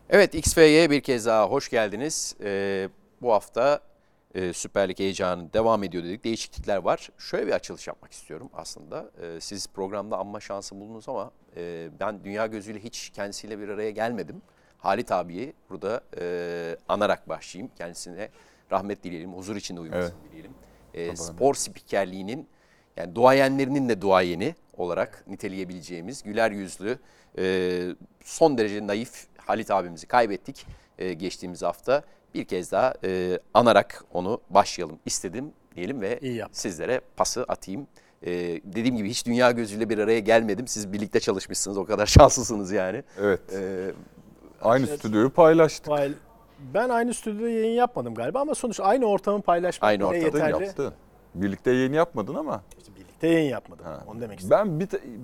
Evet, XF'ye bir kez daha hoş geldiniz. Bu hafta Süper Lig heyecanı devam ediyor dedik. Değişiklikler var. Şöyle bir açılış yapmak istiyorum aslında. Siz programda anma şansı buldunuz ama ben dünya gözüyle hiç kendisiyle bir araya gelmedim. Halit abiyi burada anarak başlayayım. Kendisine rahmet dileyelim, huzur içinde uyumasını dileyelim. Spor spikerliğinin, yani duayenlerinin de duayeni olarak niteleyebileceğimiz güler yüzlü, son derece naif Halit abimizi kaybettik geçtiğimiz hafta. Bir kez daha anarak onu başlayalım istedim diyelim ve sizlere pası atayım. Dediğim gibi hiç dünya gözüyle bir araya gelmedim. Siz birlikte çalışmışsınız, o kadar şanslısınız yani. Evet. Aynı stüdyoyu paylaştık. Ben aynı stüdyoda yayın yapmadım galiba ama sonuçta aynı ortamı paylaşmak aynı bile yeterli. Yaptın. Birlikte yayın yapmadın ama. İşte birlikte yayın yapmadım. Onu demek istedim.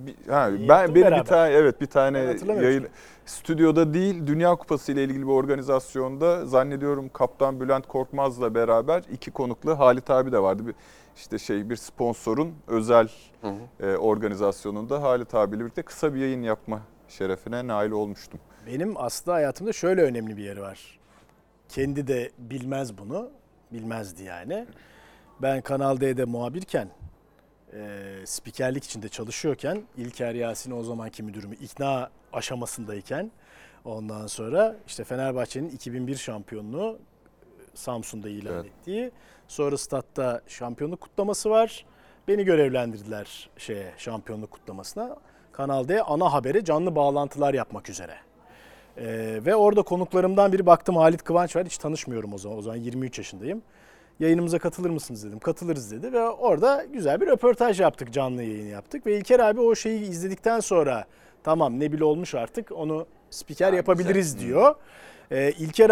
Bir tane yayın stüdyoda değil, Dünya Kupası ile ilgili bir organizasyonda zannediyorum Kaptan Bülent Korkmaz'la beraber iki konuklu Halit abi de vardı. Bir sponsorun özel organizasyonunda Halit abiyle birlikte kısa bir yayın yapma şerefine nail olmuştum. Benim aslında hayatımda şöyle önemli bir yeri var. Kendi de bilmez bunu. Bilmezdi yani. Ben Kanal D'de muhabirken, spikerlik içinde çalışıyorken, İlker Yasin'i o zamanki müdürümü ikna aşamasındayken, ondan sonra işte Fenerbahçe'nin 2001 şampiyonluğu Samsun'da ilan ettiği, sonra statta şampiyonluk kutlaması var. Beni görevlendirdiler şampiyonluk kutlamasına. Kanal D ana habere canlı bağlantılar yapmak üzere. Ve orada konuklarımdan biri, baktım Halit Kıvanç var, hiç tanışmıyorum o zaman. O zaman 23 yaşındayım. Yayınımıza katılır mısınız dedim. Katılırız dedi ve orada güzel bir röportaj yaptık, canlı yayın yaptık. Ve İlker abi o şeyi izledikten sonra tamam ne bile olmuş artık, onu spiker yapabiliriz diyor. İlker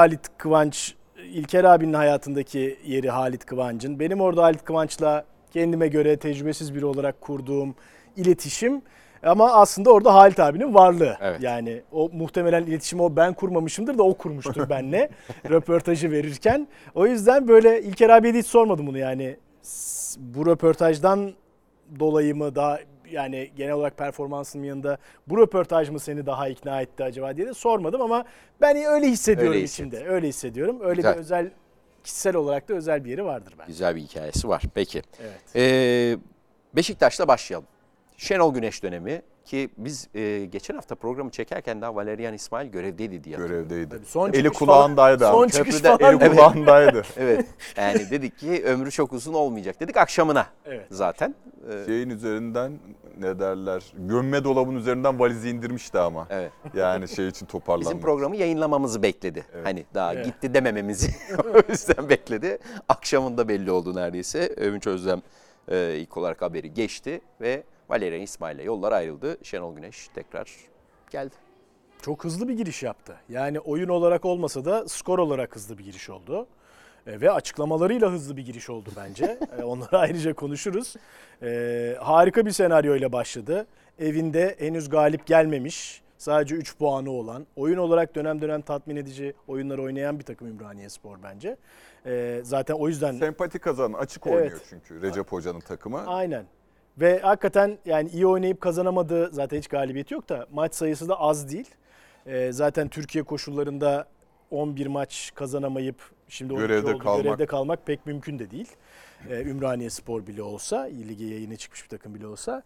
abinin hayatındaki yeri Halit Kıvanç'ın. Benim orada Halit Kıvanç'la kendime göre tecrübesiz biri olarak kurduğum iletişim. Ama aslında orada Halit abinin varlığı. Evet. Yani o muhtemelen iletişimi ben kurmamışımdır da o kurmuştur benimle röportajı verirken. O yüzden böyle İlker abiye de hiç sormadım bunu yani. Bu röportajdan dolayı mı daha, yani genel olarak performansının yanında bu röportaj mı seni daha ikna etti acaba diye de sormadım ama ben öyle hissediyorum içimde. Öyle hissediyorum. Öyle güzel. Bir özel, kişisel olarak da özel bir yeri vardır bence. Güzel bir hikayesi var. Peki. Evet. Beşiktaş'la başlayalım. Şenol Güneş dönemi ki biz geçen hafta programı çekerken daha Valerian İsmail görevdeydi diye hatırlıyorum. Görevdeydi. Eli kulağındaydı. Son çıkış falan. Eli kulağındaydı. Evet. Yani dedik ki ömrü çok uzun olmayacak dedik akşamına zaten. Şeyin üzerinden ne derler? Gömme dolabın üzerinden valizi indirmişti ama. Evet. Yani şey için toparlanmak. Bizim programı yayınlamamızı bekledi. Evet. Hani daha gitti demememizi o yüzden bekledi. Akşamında belli oldu neredeyse. Övünç Özlem ilk olarak haberi geçti ve Valerian İsmail'le yollar ayrıldı. Şenol Güneş tekrar geldi. Çok hızlı bir giriş yaptı. Yani oyun olarak olmasa da skor olarak hızlı bir giriş oldu. Ve açıklamalarıyla hızlı bir giriş oldu bence. Onları ayrıca konuşuruz. Harika bir senaryoyla başladı. Evinde henüz galip gelmemiş, sadece 3 puanı olan, oyun olarak dönem dönem tatmin edici oyunlar oynayan bir takım Ümraniyespor bence. Zaten o yüzden... Sempati kazanan, açık oynuyor çünkü Recep Hoca'nın takımı. Aynen. Ve hakikaten yani iyi oynayıp kazanamadığı, zaten hiç galibiyeti yok da maç sayısı da az değil. Zaten Türkiye koşullarında 11 maç kazanamayıp şimdi görevde kalmak pek mümkün de değil. Ümraniyespor bile olsa, lige yayına çıkmış bir takım bile olsa.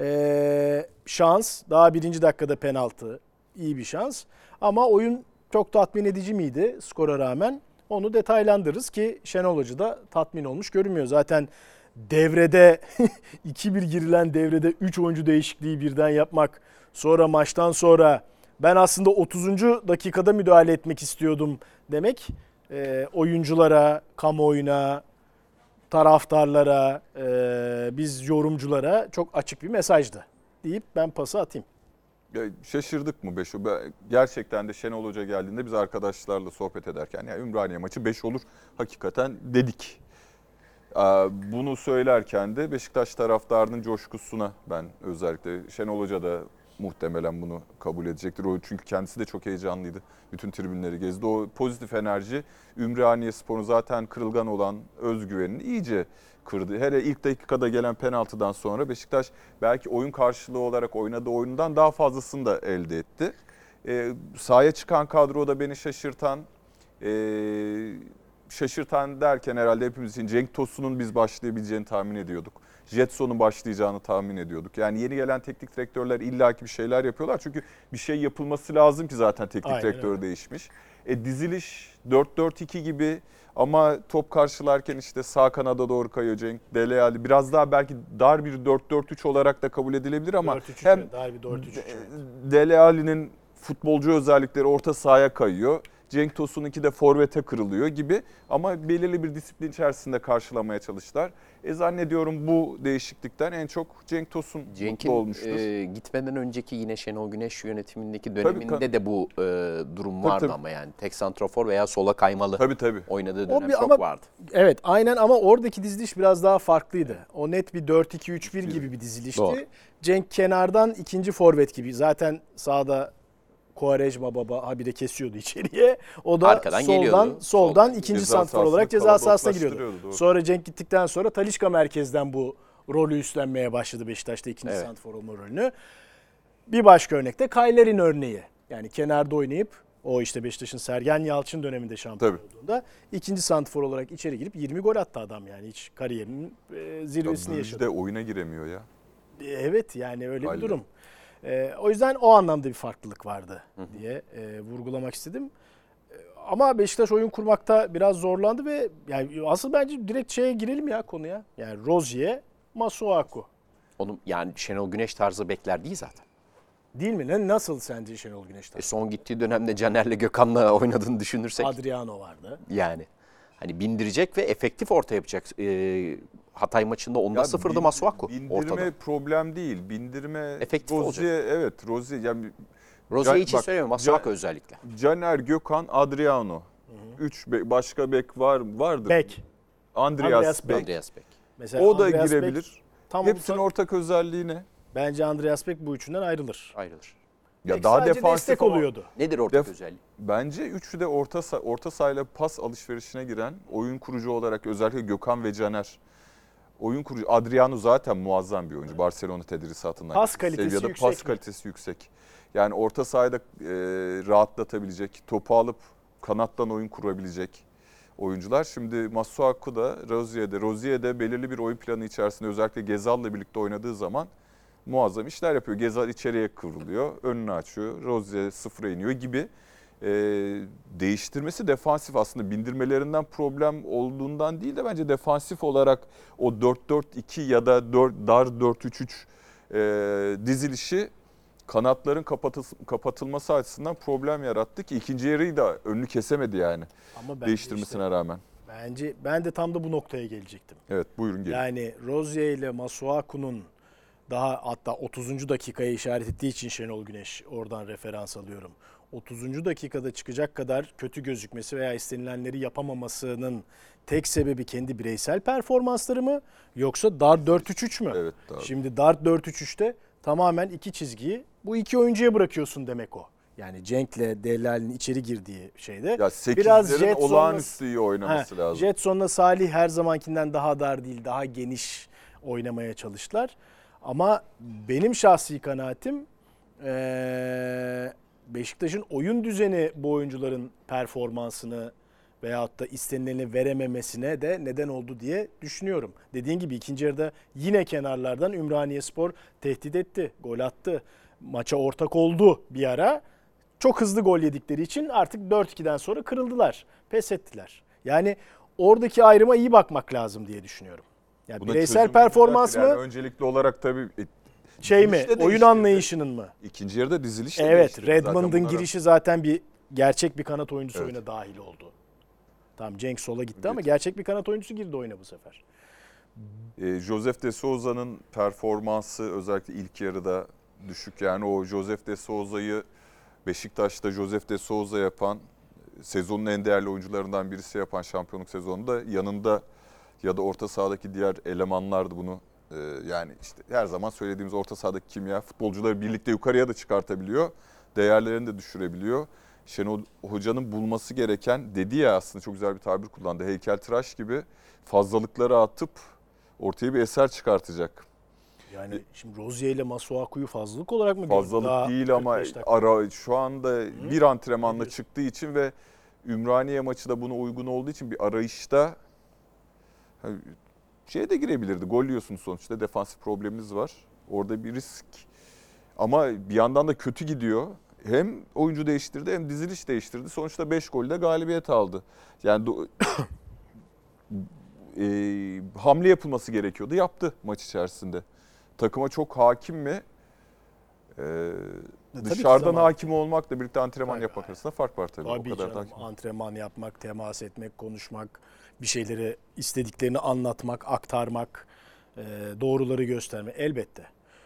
Şans, daha 1. dakikada penaltı, iyi bir şans. Ama oyun çok tatmin edici miydi skora rağmen? Onu detaylandırırız ki Şenol Hoca da tatmin olmuş görünmüyor. Zaten devrede 2-1 girilen devrede 3 oyuncu değişikliği birden yapmak, sonra maçtan sonra ben aslında 30. dakikada müdahale etmek istiyordum demek oyunculara, kamuoyuna, taraftarlara, biz yorumculara çok açık bir mesajdı deyip ben pası atayım. Ya şaşırdık mı 5? Gerçekten de Şenol Hoca geldiğinde biz arkadaşlarla sohbet ederken ya Ümraniye maçı 5 olur hakikaten dedik. Bunu söylerken de Beşiktaş taraftarının coşkusuna ben özellikle, Şenol Hoca da muhtemelen bunu kabul edecektir. O çünkü kendisi de çok heyecanlıydı. Bütün tribünleri gezdi. O pozitif enerji Ümraniyespor'un zaten kırılgan olan özgüvenini iyice kırdı. Hele ilk dakikada gelen penaltıdan sonra Beşiktaş belki oyun karşılığı olarak oynadığı oyundan daha fazlasını da elde etti. Sahaya çıkan kadroda beni şaşırtan derken herhalde hepimiz için Cenk Tosun'un biz başlayabileceğini tahmin ediyorduk. Jetson'un başlayacağını tahmin ediyorduk. Yani yeni gelen teknik direktörler illaki bir şeyler yapıyorlar. Çünkü bir şey yapılması lazım ki zaten teknik direktör değişmiş. Diziliş 4-4-2 gibi ama top karşılarken işte sağ kanada doğru kayıyor Cenk. Dele Alli biraz daha belki dar bir 4-4-3 olarak da kabul edilebilir ama hem dar bir 4-3-3. Dele Alli'nin futbolcu özellikleri orta sahaya kayıyor. Cenk Tosun'unki de forvete kırılıyor gibi ama belirli bir disiplin içerisinde karşılamaya çalıştılar. Zannediyorum bu değişiklikten en çok Cenk Tosun mutlu olmuştur. Gitmeden önceki yine Şenol Güneş yönetimindeki döneminde de bu durum vardı ama yani tek santrafor veya sola kaymalı oynadığı dönem çok vardı. Evet aynen ama oradaki diziliş biraz daha farklıydı. O net bir 4-2-3-1 gibi bir dizilişti. Doğru. Cenk kenardan ikinci forvet gibi zaten sağda Quaresma baba habire kesiyordu içeriye. O da arkadan soldan ikinci santrafor olarak ceza sahasına giriyordu. Doğru. Sonra Cenk gittikten sonra Talisca merkezden bu rolü üstlenmeye başladı Beşiktaş'ta ikinci santrafor olma rolünü. Bir başka örnekte Kayler'in örneği. Yani kenarda oynayıp o işte Beşiktaş'ın Sergen Yalçın döneminde şampiyon olduğunda ikinci santrafor olarak içeri girip 20 gol attı adam yani hiç kariyerinin zirvesini yaşadı. De oyuna giremiyor ya. Evet yani öyle bir durum. O yüzden o anlamda bir farklılık vardı diye vurgulamak istedim. Ama Beşiktaş oyun kurmakta biraz zorlandı ve yani asıl bence direkt şeye girelim ya konuya. Yani Rozier, Masuaku. Onun yani Şenol Güneş tarzı bekler değil zaten. Değil mi? Nasıl sence Şenol Güneş tarzı? Son gittiği dönemde Caner'le Gökhan'la oynadığını düşünürsek. Adriano vardı. Yani hani bindirecek ve efektif orta yapacak. Hatay maçında 10-0'dı Masuaku bindirme ortada. Bindirme problem değil. Bindirme efektif olacak. Evet Rozier yani Rozier için söylemiyorum Masuaku özellikle. Caner, Gökhan, Adriano. 3 başka bek vardır. Bek. Andreas Bek. Mesela o da Andreas girebilir. Hepsinin ortak özelliği ne? Bence Andreas Bek bu üçünden ayrılır. Ya Bek daha defansif destek oluyordu. Nedir ortak özelliği? Bence üçü de orta sahayla pas alışverişine giren oyun kurucu olarak özellikle Gökhan ve Caner. Oyun kurucu Adriano zaten muazzam bir oyuncu. Barcelona tedrisatından. Pas kalitesi yüksek. Pas kalitesi yüksek. Yani orta sahada rahatlatabilecek, topu alıp kanattan oyun kurabilecek oyuncular. Şimdi Masuaku da Rozier'de belirli bir oyun planı içerisinde özellikle Gezal'la birlikte oynadığı zaman muazzam işler yapıyor. Gezal içeriye kıvrılıyor, önünü açıyor, Rozier sıfıra iniyor gibi. Değiştirmesi defansif aslında bindirmelerinden problem olduğundan değil de bence defansif olarak o 4-4-2 ya da dar 4-3-3 dizilişi kanatların kapatılması açısından problem yarattı ki ikinci yarıyı da önünü kesemedi yani değiştirmesine rağmen. Ben de tam da bu noktaya gelecektim. Evet buyurun gelin. Yani Rozier ile Masuaku'nun daha hatta 30. dakikaya işaret ettiği için Şenol Güneş oradan referans alıyorum. 30. dakikada çıkacak kadar kötü gözükmesi veya istenilenleri yapamamasının tek sebebi kendi bireysel performansları mı yoksa dar 4-3-3 mü? Evet, doğru. Şimdi dar 4-3-3'te tamamen iki çizgiyi bu iki oyuncuya bırakıyorsun demek o. Yani Cenk'le Dellal'in içeri girdiği şeyde. Ya 8'lerin olağanüstü iyi oynaması lazım. Jetson'la Salih her zamankinden daha dar değil, daha geniş oynamaya çalıştılar. Ama benim şahsi kanaatim Beşiktaş'ın oyun düzeni bu oyuncuların performansını veyahut da istenileni verememesine de neden oldu diye düşünüyorum. Dediğin gibi ikinci yarıda yine kenarlardan Ümraniyespor tehdit etti, gol attı. Maça ortak oldu bir ara. Çok hızlı gol yedikleri için artık 4-2'den sonra kırıldılar, pes ettiler. Yani oradaki ayrıma iyi bakmak lazım diye düşünüyorum. Yani buna bireysel performans mı? Yani öncelikli olarak tabii oyun anlayışının mı? İkinci yarıda diziliş de evet, Redmond'un girişi zaten gerçek bir kanat oyuncusu oyuna dahil oldu. Tamam Cenk sola gitti ama gerçek bir kanat oyuncusu girdi oyuna bu sefer. Josef de Souza'nın performansı özellikle ilk yarıda düşük. Yani o Josef de Souza'yı Beşiktaş'ta Josef de Souza yapan, sezonun en değerli oyuncularından birisi yapan şampiyonluk sezonunda yanında ya da orta sahadaki diğer elemanlardı bunu. Yani işte her zaman söylediğimiz orta sahadaki kimya futbolcuları birlikte yukarıya da çıkartabiliyor. Değerlerini de düşürebiliyor. Şenol Hoca'nın bulması gereken dedi ya aslında çok güzel bir tabir kullandı. Heykeltıraş gibi fazlalıkları atıp ortaya bir eser çıkartacak. Yani şimdi Rozier ile Masuaku'yu fazlalık olarak mı görüyoruz? Fazlalık Daha değil ama 45 dakika. şu anda bir antrenmanla çıktığı için ve Ümraniye maçı da buna uygun olduğu için bir arayışta şeye de girebilirdi. Gol yiyorsunuz sonuçta, defansif probleminiz var. Orada bir risk. Ama bir yandan da kötü gidiyor. Hem oyuncu değiştirdi hem diziliş değiştirdi. Sonuçta 5 golle galibiyet aldı. Yani hamle yapılması gerekiyordu. Yaptı maç içerisinde. Takıma çok hakim mi? Dışarıdan hakim olmakla birlikte antrenman yapmak arasında fark var tabii. Tabii o kadar canım, da antrenman yapmak, temas etmek, konuşmak, bir şeyleri istediklerini anlatmak, aktarmak, doğruları göstermek elbette.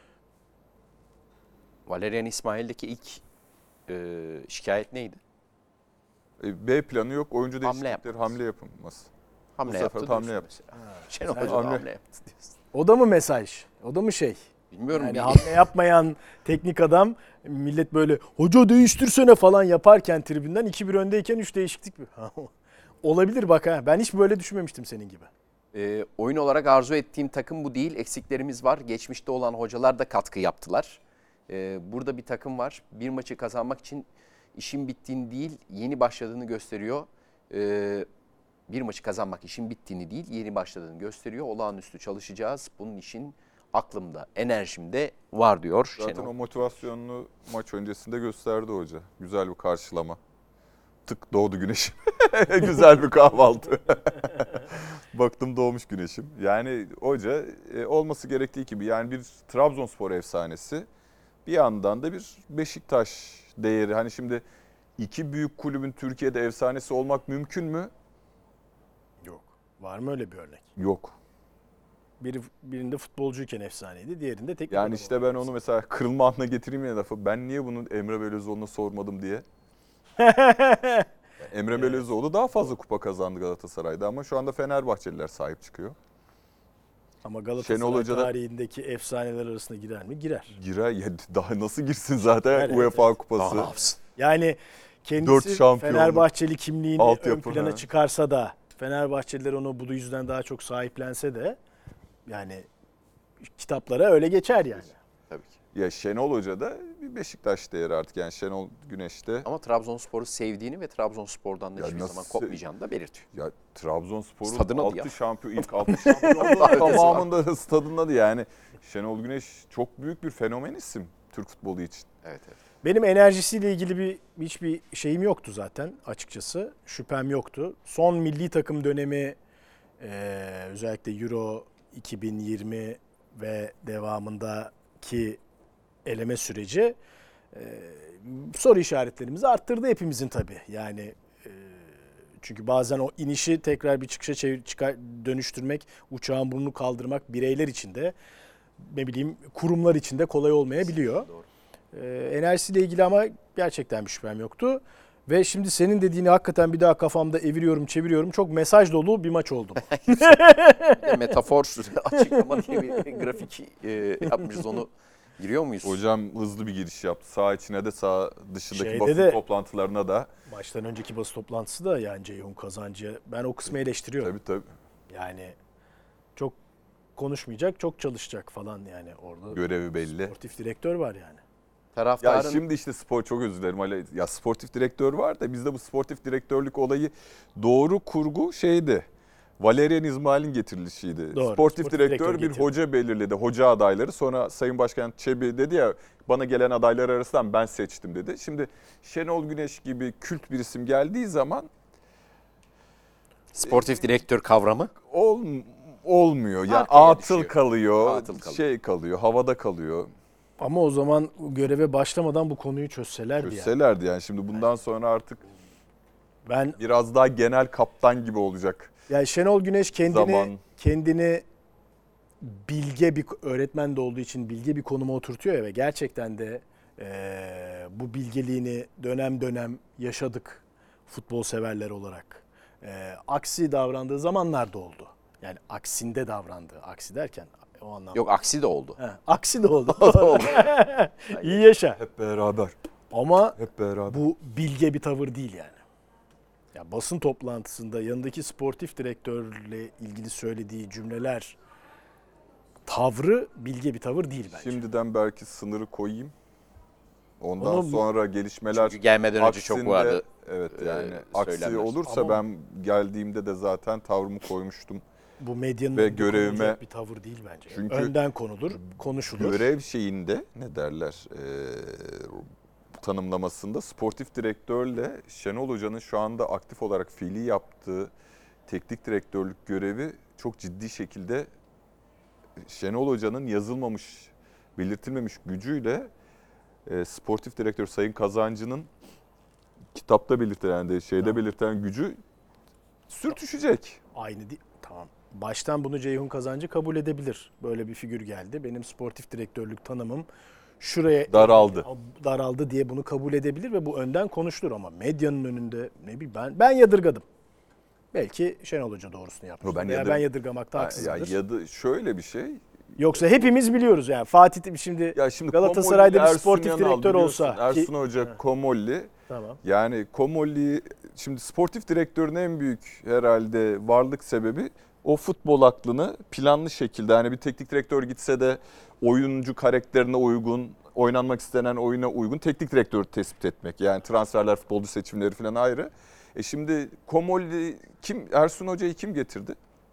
Valerian İsmail'deki ilk şikayet neydi? B planı yok. Oyuncu değişiklikleri, yapması. hamle yapılması. Hamle Bu sefer yaptı hamle diyorsun yaptı. mesela. Şenol güzel. Hoca da Hamle. hamle yaptı diyorsun. O da mı mesaj? O da mı şey? Bilmiyorum. Yani hamle yapmayan teknik adam, millet böyle hoca değiştirsene falan yaparken tribünden 2-1 öndeyken 3 değişiklik mi? Olabilir bak ha. Ben hiç böyle düşünmemiştim senin gibi. Oyun olarak arzu ettiğim takım bu değil. Eksiklerimiz var. Geçmişte olan hocalar da katkı yaptılar. Burada bir takım var. Bir maçı kazanmak için işin bittiğini değil, yeni başladığını gösteriyor. Bir maçı kazanmak işin bittiğini değil, yeni başladığını gösteriyor. Olağanüstü çalışacağız. Bunun için aklımda, enerjimde var diyor Zaten Şenol. o motivasyonunu maç öncesinde gösterdi hoca. Güzel bir karşılama. Tık doğdu güneşim. Güzel bir kahvaltı. Baktım doğmuş güneşim. Yani hoca olması gerektiği gibi, yani bir Trabzonspor efsanesi, bir yandan da bir Beşiktaş değeri. Hani şimdi iki büyük kulübün Türkiye'de efsanesi olmak mümkün mü? Yok. Var mı öyle bir örnek? Yok. Birinde futbolcuyken efsaneydi, diğerinde teknik Yani adam işte olarak ben onu mesela kırılma anına getireyim ya lafı. Ben niye bunu Emre Belözoğlu'na sormadım diye. Emre Belözoğlu daha fazla kupa kazandı Galatasaray'da ama şu anda Fenerbahçeliler sahip çıkıyor. Ama Galatasaray Şenol Hoca da tarihindeki efsaneler arasına girer mi? Girer. girer. Ya daha nasıl girsin zaten Evet, UEFA evet. kupası. Daha ne yapsın? Yani 4 kendisi şampiyonluk, Fenerbahçeli kimliğini ön altyapı, plana ha. çıkarsa da, Fenerbahçeliler onu bu yüzden daha çok sahiplense de, yani kitaplara öyle geçer yani. Tabii ki. Ya Şenol Hoca da bir Beşiktaş değeri artık. Yani Şenol Güneş'te. Ama Trabzonspor'u sevdiğini ve Trabzonspor'dan da Ya hiçbir nasıl- zaman kopmayacağını da belirtiyor. Ya Trabzonspor'un Stadın adı 6 ya. şampiyon, ilk 6 şampiyonluğu tamamında stadın adı yani. Şenol Güneş çok büyük bir fenomen isim Türk futbolu için. Evet, evet. Benim enerjisiyle ilgili hiçbir şeyim yoktu zaten açıkçası. Şüphem yoktu. Son milli takım dönemi, özellikle Euro 2020 ve devamındaki eleme süreci soru işaretlerimizi arttırdı hepimizin tabii. Yani çünkü bazen o inişi tekrar bir çıkışa dönüştürmek, uçağın burnunu kaldırmak bireyler için de, ne bileyim, kurumlar için de kolay olmayabiliyor. Doğru. Enerjisiyle ilgili ama gerçekten bir şüphem yoktu. Ve şimdi senin dediğini hakikaten bir daha kafamda eviriyorum, çeviriyorum. Çok mesaj dolu bir maç oldu. Metafor açıklama diye bir grafik yapmışız, onu giriyor muyuz? Hocam hızlı bir giriş yaptı. Sağ içine de sağ dışındaki Şeyde basın de- toplantılarına da. Maçtan önceki basın toplantısı da, yani Ceyhun Kazancı, ben o kısmı eleştiriyorum. Tabii. Yani çok konuşmayacak, çok çalışacak falan yani orada. Görevi belli. Sportif direktör var yani. Ya Taraftarın şimdi işte çok özür dilerim Ali. Ya sportif direktör var da bizde bu sportif direktörlük olayı doğru kurgu şeydi. Valerian İsmail'in getirilişiydi. Doğru, Sportif sportif direktör direktör bir getirdi. hoca belirledi. Hoca adayları. Sonra Sayın Başkan Çebi dedi ya, bana gelen adaylar arasından ben seçtim dedi. Şimdi Şenol Güneş gibi kült bir isim geldiği zaman sportif direktör kavramı olmuyor. Yani Arkaya atıl düşüyor. kalıyor, Atıl kalıyor. şey kalıyor, havada kalıyor. Ama o zaman göreve başlamadan bu konuyu çözselerdi yani. Çözselerdi yani. Şimdi bundan sonra artık Ben biraz daha genel kaptan gibi olacak. yani Şenol Güneş Zaman. kendini bilge bir öğretmen de olduğu için bilge bir konuma oturtuyor ya, ve gerçekten de bu bilgeliğini dönem dönem yaşadık futbol severler olarak. Aksi davrandığı zamanlar da oldu. Yani aksinde davrandığı, aksi derken o anlamda. yok, aksi de oldu. Aksi de oldu. Oldu. İyi yaşa. Hep beraber. Ama Hep beraber. bu bilge bir tavır değil yani. Ya basın toplantısında yanındaki sportif direktörle ilgili söylediği cümleler tavrı bilge bir tavır değil bence. Şimdiden belki sınırı koyayım. Ondan Onu- sonra gelişmeler Çünkü gelmeden önce çok aksinde, vardı. Evet yani aksi söylemler. olursa Ama- ben geldiğimde de zaten tavrımı koymuştum. Bu medyanın Ve önünde görevime- konulacak bir tavır değil bence. Çünkü önden konulur, konuşulur. Görev şeyinde ne derler tanımlamasında sportif direktörle Şenol Hoca'nın şu anda aktif olarak fiili yaptığı teknik direktörlük görevi çok ciddi şekilde Şenol Hoca'nın yazılmamış, belirtilmemiş gücüyle sportif direktör Sayın Kazancı'nın kitapta belirtilen de şeyde belirtilen gücü sürtüşecek. Aynı değil. Tamam. Baştan bunu Ceyhun Kazancı kabul edebilir. Böyle bir figür geldi. Benim sportif direktörlük tanımım şuraya daraldı diye bunu kabul edebilir ve bu önden konuşulur ama medyanın önünde ne bileyim ben yadırgadım. Belki Şenol Hoca doğrusunu yapmıştır. Ben yadırgamakta haksızdır. Şöyle bir şey. Yoksa hepimiz biliyoruz yani Fatih şimdi Galatasaray'da bir sportif direktör olsa Ersun Hoca, Komolli. Tamam. Yani Komolli şimdi sportif direktörün en büyük herhalde varlık sebebi o futbol aklını planlı şekilde hani bir teknik direktör gitse de oyuncu karakterine uygun, oynanmak istenen oyuna uygun teknik direktör tespit etmek. Yani transferler, futbolcu seçimleri falan ayrı. Şimdi Komolli Ersun Hoca'yı kim getirdi?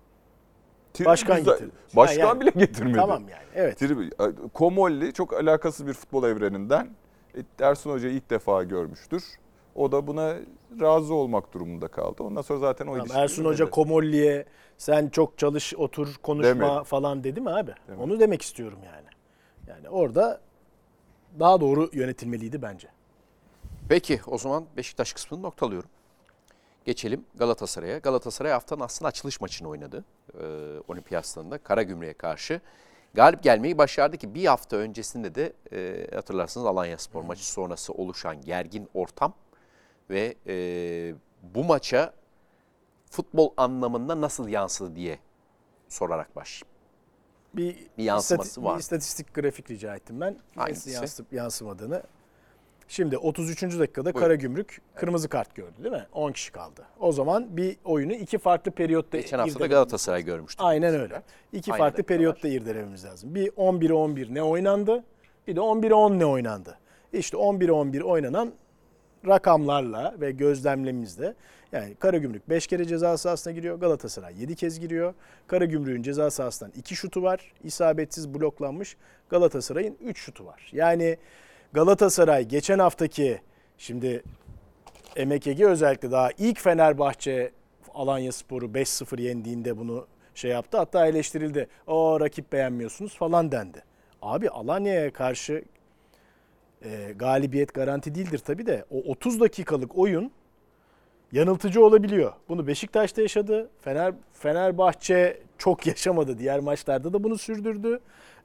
Başkan getirdi. Başkan bile getirmedi. Tamam yani evet. Komolli çok alakasız bir futbol evreninden Ersun Hoca'yı ilk defa görmüştür. O da buna razı olmak durumunda kaldı. Ondan sonra zaten o ilişki. Ersun Hoca Komolli'ye sen çok çalış, otur, konuşma Demedi. falan dedi mi abi? Onu demek istiyorum yani. Yani orada daha doğru yönetilmeliydi bence. Peki o zaman Beşiktaş kısmını noktalıyorum. Geçelim Galatasaray'a. Galatasaray haftanın aslında açılış maçını oynadı. Olimpiyat Stadında Karagümrük'e karşı. Galip gelmeyi başardı ki bir hafta öncesinde de hatırlarsınız Alanyaspor maçı sonrası oluşan gergin ortam ve bu maça futbol anlamında nasıl yansıdı diye sorarak başlayayım. Bir yansıması var. Bir istatistik grafik rica ettim ben. Hangisi? Nasıl yansıtıp yansımadığını. Şimdi 33. dakikada Buyurun. Karagümrük kırmızı kart gördü değil mi? 10 kişi kaldı. O zaman bir oyunu iki farklı periyotta Geçen hafta da irdelememiz Galatasaray lazım. görmüştük. Aynen öyle. İki Aynı farklı dakikalar. periyotta irdelememiz lazım. Bir 11'e 11 ne oynandı? Bir de 11'e 10 ne oynandı? İşte 11'e 11 oynanan rakamlarla ve gözlemlemimizle yani Karagümrük 5 kere ceza sahasına giriyor. Galatasaray 7 kez giriyor. Karagümrük'ün ceza sahasından 2 şutu var. İsabetsiz bloklanmış. Galatasaray'ın 3 şutu var. Yani Galatasaray geçen haftaki şimdi MKG özellikle daha ilk Fenerbahçe Alanyaspor'u 5-0 yendiğinde bunu şey yaptı. Hatta eleştirildi. O rakip beğenmiyorsunuz falan dendi. Abi Alanya'ya karşı galibiyet garanti değildir tabii de o 30 dakikalık oyun yanıltıcı olabiliyor. Bunu Beşiktaş'ta yaşadı. Fenerbahçe çok yaşamadı. Diğer maçlarda da bunu sürdürdü.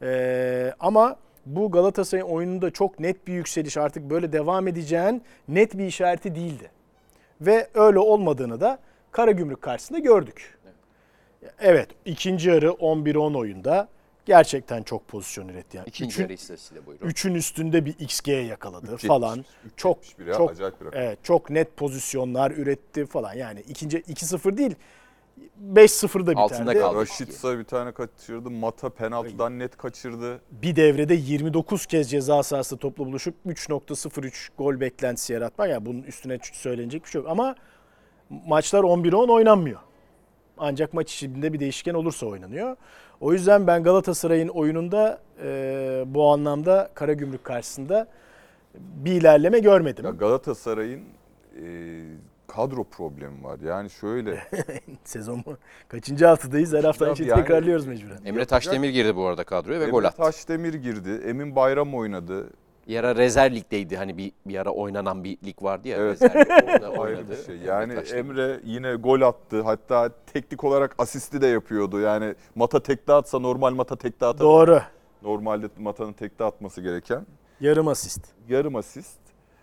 Ama bu Galatasaray'ın oyununda çok net bir yükseliş artık böyle devam edeceğin net bir işareti değildi. Ve öyle olmadığını da Karagümrük karşısında gördük. Evet ikinci yarı 11-10 oyunda gerçekten çok pozisyon üretti. Yani İkinci yarı istatistiğiyle buyurun. 3'ün üstünde bir XG yakaladı 3.70, falan. Çok 3.71 çok acayip bir rakam. evet çok net pozisyonlar üretti falan. Yani ikinci 2-0 değil 5-0'da Altında biterdi. kaldı. Rashica bir tane kaçırdı. Mata penaltıdan net kaçırdı. Bir devrede 29 kez ceza sahasında topla buluşup 3.03 gol beklentisi yaratmak. Yani bunun üstüne söylenecek bir şey yok. Ama maçlar 11-10 oynanmıyor. Ancak maç içinde bir değişken olursa oynanıyor. O yüzden ben Galatasaray'ın oyununda bu anlamda Karagümrük karşısında bir ilerleme görmedim. Ya Galatasaray'ın kadro problemi var. Yani şöyle. Sezon mu? Kaçıncı haftadayız? Her hafta aynı şeyi Yani- tekrarlıyoruz mecburen. Emre Taşdemir girdi bu arada kadroya ve gol attı. Taşdemir girdi. Emin Bayram oynadı. Bir ara rezerv ligdeydi. Hani bir ara oynanan bir lig vardı ya. Evet. Rezerv orada Ayrı oynadı. bir şey. Emre Yani Taşdemir. Emre yine gol attı. Hatta teknik olarak asisti de yapıyordu. Yani Mata tekte atsa normal Mata tekte atar. Doğru. Normalde Mata'nın tekte atması gereken. Yarım asist. Yarım asist.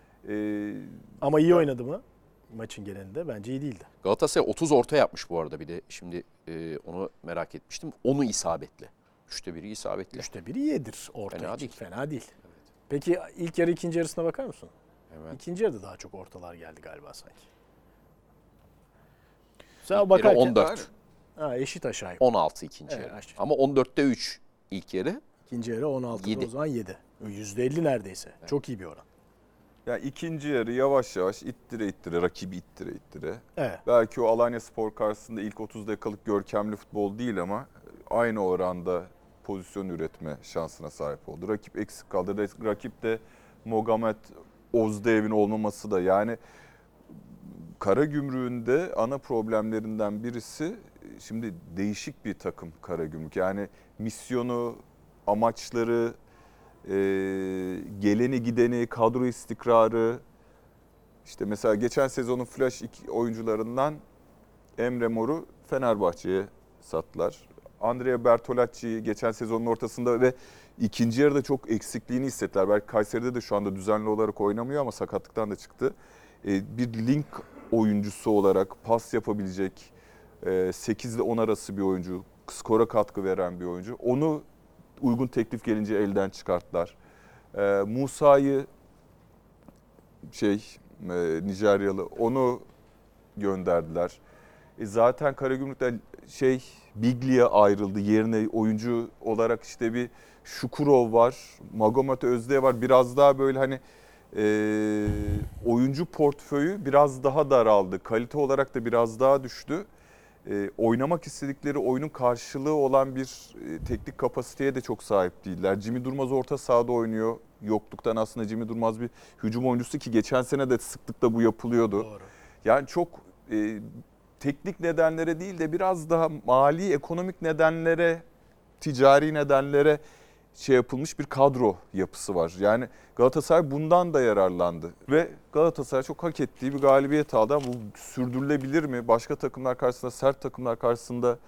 Ama iyi oynadı mı? Maçın genelinde bence iyi değildi. Galatasaray 30 orta yapmış bu arada bir de. Şimdi onu merak etmiştim. Onu isabetli. 3'te 1'i isabetli. 3'te 1'i yedir orta Fena için. değil. Fena değil. Peki ilk yarı ikinci yarısına bakar mısın? Hemen. İkinci yarıda daha çok ortalar geldi galiba sanki. Sen İlk yarı bakarken 14. ha, eşit aşağı yukarı. 16 ikinci Evet, yarı. aşağı. Ama 14'te 3 ilk yarı. İkinci yarı 16'da 7. o zaman 7. %50 neredeyse. Evet. Çok iyi bir oran. Yani ikinci yarı yavaş yavaş ittire rakibi ittire. Evet. Belki o Alanyaspor karşısında ilk 30 dakikalık görkemli futbol değil ama aynı oranda pozisyon üretme şansına sahip oldu. Rakip eksik kaldı. Rakip de Mogamed Ozdev'in olmaması da, yani Karagümrük'ün de ana problemlerinden birisi, şimdi değişik bir takım Karagümrük. Yani misyonu, amaçları, geleni gideni, kadro istikrarı. İşte mesela geçen sezonun flash oyuncularından Emre Mor'u Fenerbahçe'ye sattılar. Andrea Bertolacci'yi geçen sezonun ortasında ve ikinci yarıda çok eksikliğini hissettiler. Belki Kayseri'de de şu anda düzenli olarak oynamıyor ama sakatlıktan da çıktı. Bir link oyuncusu olarak pas yapabilecek, 8 ile 10 arası bir oyuncu, skora katkı veren bir oyuncu. Onu uygun teklif gelince elden çıkarttılar. Musa'yı Nijeryalı, onu gönderdiler. Zaten Karagümrük'ten Biglia ayrıldı. Yerine oyuncu olarak işte bir Şukurov var, Magomed Özde var. Biraz daha böyle hani oyuncu portföyü biraz daha daraldı. Kalite olarak da biraz daha düştü. Oynamak istedikleri oyunun karşılığı olan bir teknik kapasiteye de çok sahip değiller. Jimmy Durmaz orta sahada oynuyor. Yokluktan aslında Jimmy Durmaz bir hücum oyuncusu ki geçen sene de sıklıkla bu yapılıyordu. Doğru. Yani çok teknik nedenlere değil de biraz daha mali, ekonomik nedenlere, ticari nedenlere yapılmış bir kadro yapısı var. Yani Galatasaray bundan da yararlandı ve Galatasaray çok hak ettiği bir galibiyet aldı ama bu sürdürülebilir mi? Başka takımlar karşısında, sert takımlar karşısında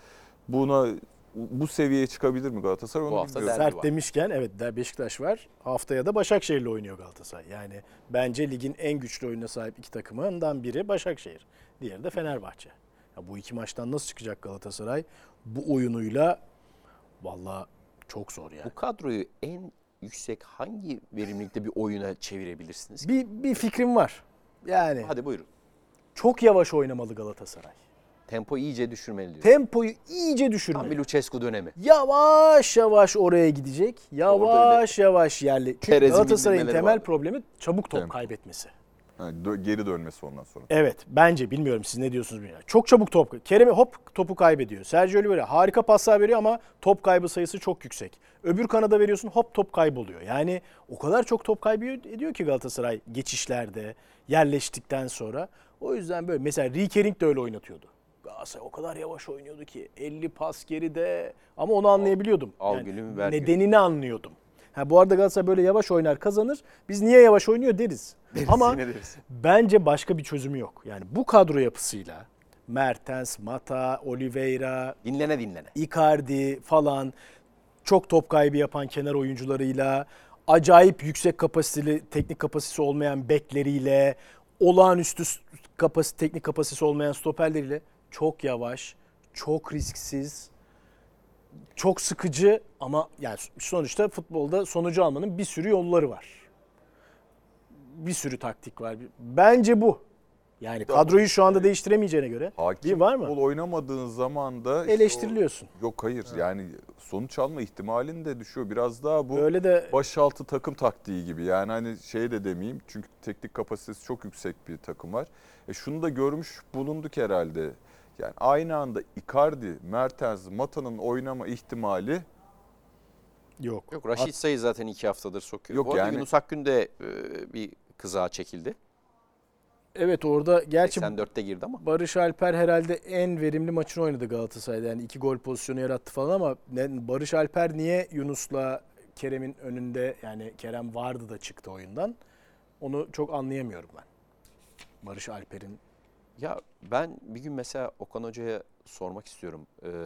bu seviyeye çıkabilir mi Galatasaray? Onu Bu hafta bilmiyorum. Sert var. demişken evet Beşiktaş var. Haftaya da Başakşehir'le oynuyor Galatasaray. Yani bence ligin en güçlü oyununa sahip iki takımından biri Başakşehir. Diğeri de Fenerbahçe. Ya bu iki maçtan nasıl çıkacak Galatasaray? Bu oyunuyla vallahi çok zor yani. Bu kadroyu en yüksek hangi verimlilikte bir oyuna çevirebilirsiniz? Bir fikrim var. Yani Hadi buyurun. çok yavaş oynamalı Galatasaray. Tempo iyice düşürmeli diyor. Tempoyu iyice Tam düşürmeli. bir Lucescu dönemi. Yavaş yavaş oraya gidecek. Yavaş yavaş yerli. Çünkü Perez'in Galatasaray'ın bildirmeleri temel vardı. problemi çabuk top Tempo. kaybetmesi. Yani geri dönmesi ondan sonra. Evet, bence bilmiyorum siz ne diyorsunuz bilmiyorum. Çok çabuk top. Kerem hop topu kaybediyor. Sergio Oliveira harika paslar veriyor ama top kaybı sayısı çok yüksek. Öbür kanada veriyorsun hop top kayboluyor. Yani o kadar çok top kaybı ediyor ki Galatasaray geçişlerde yerleştikten sonra. O yüzden böyle mesela Riekering de öyle oynatıyordu. Galatasaray o kadar yavaş oynuyordu ki 50 pas geride ama onu anlayabiliyordum. Al gülüm, ver gülüm. Nedenini anlıyordum. Bu arada Galatasaray böyle yavaş oynar kazanır. Biz niye yavaş oynuyor deriz. Ama yine deriz. bence başka bir çözümü yok. Yani bu kadro yapısıyla Mertens, Mata, Oliveira, Dinlene. Icardi falan çok top kaybı yapan kenar oyuncularıyla, acayip yüksek kapasiteli, teknik kapasitesi olmayan bekleriyle, olağanüstü teknik kapasitesi olmayan stoperleriyle çok yavaş, çok risksiz, çok sıkıcı ama yani sonuçta futbolda sonucu almanın bir sürü yolları var. Bir sürü taktik var. Bence bu. Yani kadroyu şu anda değiştiremeyeceğine göre Hakim bir var mı? futbol oynamadığın zaman da işte Eleştiriliyorsun. yok hayır yani sonuç alma ihtimalin de düşüyor. Biraz daha bu Öyle de başaltı takım taktiği gibi. Yani hani de demeyeyim çünkü teknik kapasitesi çok yüksek bir takım var. Şunu da görmüş bulunduk herhalde. Yani aynı anda Icardi, Mertens, Mata'nın oynama ihtimali yok. Yok, Raşit Say'ı zaten 2 haftadır sokuyor. Yok Bu arada yani- Yunus Akgün de bir kızağa çekildi. Evet orada gerçi 84'te girdi ama. Barış Alper herhalde en verimli maçını oynadı Galatasaray'da. Yani 2 gol pozisyonu yarattı falan ama Barış Alper niye Yunus'la Kerem'in önünde, yani Kerem vardı da çıktı oyundan. Onu çok anlayamıyorum ben. Barış Alper'in. Ya ben bir gün mesela Okan Hoca'ya sormak istiyorum.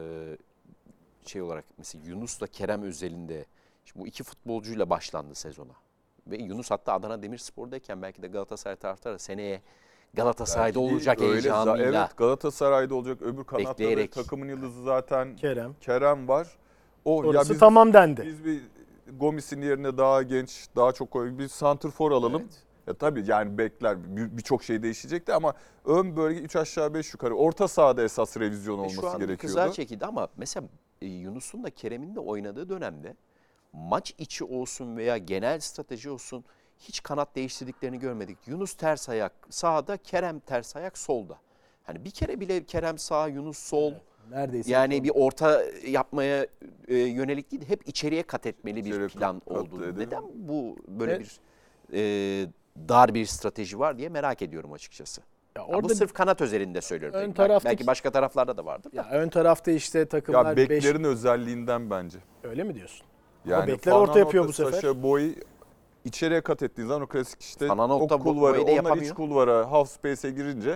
Olarak mesela Yunus'la Kerem özelinde. Şimdi bu iki futbolcuyla başlandı sezona. Ve Yunus hatta Adana Demirspor'dayken belki de Galatasaray taraftarı seneye Galatasaray'da belki olacak öyle heyecanıyla. evet Galatasaray'da olacak. Öbür kanatta da bekleyerek. takımın yıldızı zaten Kerem. var. Orası tamam dendi. Biz bir Gomis'in yerine daha genç, daha çok bir santrfor alalım. Evet. Ya tabii yani bekler birçok şey değişecekti ama ön bölge 3 aşağı 5 yukarı orta sahada esas revizyon Şu olması an bir gerekiyordu. kızağa çekildi ama mesela Yunus'un da Kerem'in de oynadığı dönemde maç içi olsun veya genel strateji olsun hiç kanat değiştirdiklerini görmedik. Yunus ters ayak sağda, Kerem ters ayak solda. Hani bir kere bile Kerem sağ, Yunus sol. Neredeyse. Yani bir orta yapmaya yönelik değil, hep içeriye kat etmeli bir İçeriye plan kat olduğunu. edelim. Neden bu böyle Evet. bir dar bir strateji var diye merak ediyorum açıkçası. Ya Ya orada bu sırf kanat özelinde söylüyorum. ön Belki, taraftaki- belki başka taraflarda da vardır. ya ön tarafta işte takımlar Ya 5 beklerin özelliğinden bence. öyle mi diyorsun? Yani bekler orta yapıyor bu Fananov'da sefer. Sacha Boey içeriye kat ettiğin zaman o klasik işte Fananov'da o kulvara, Boey'i de onlar yapamıyor. iç kulvara, half space'e girince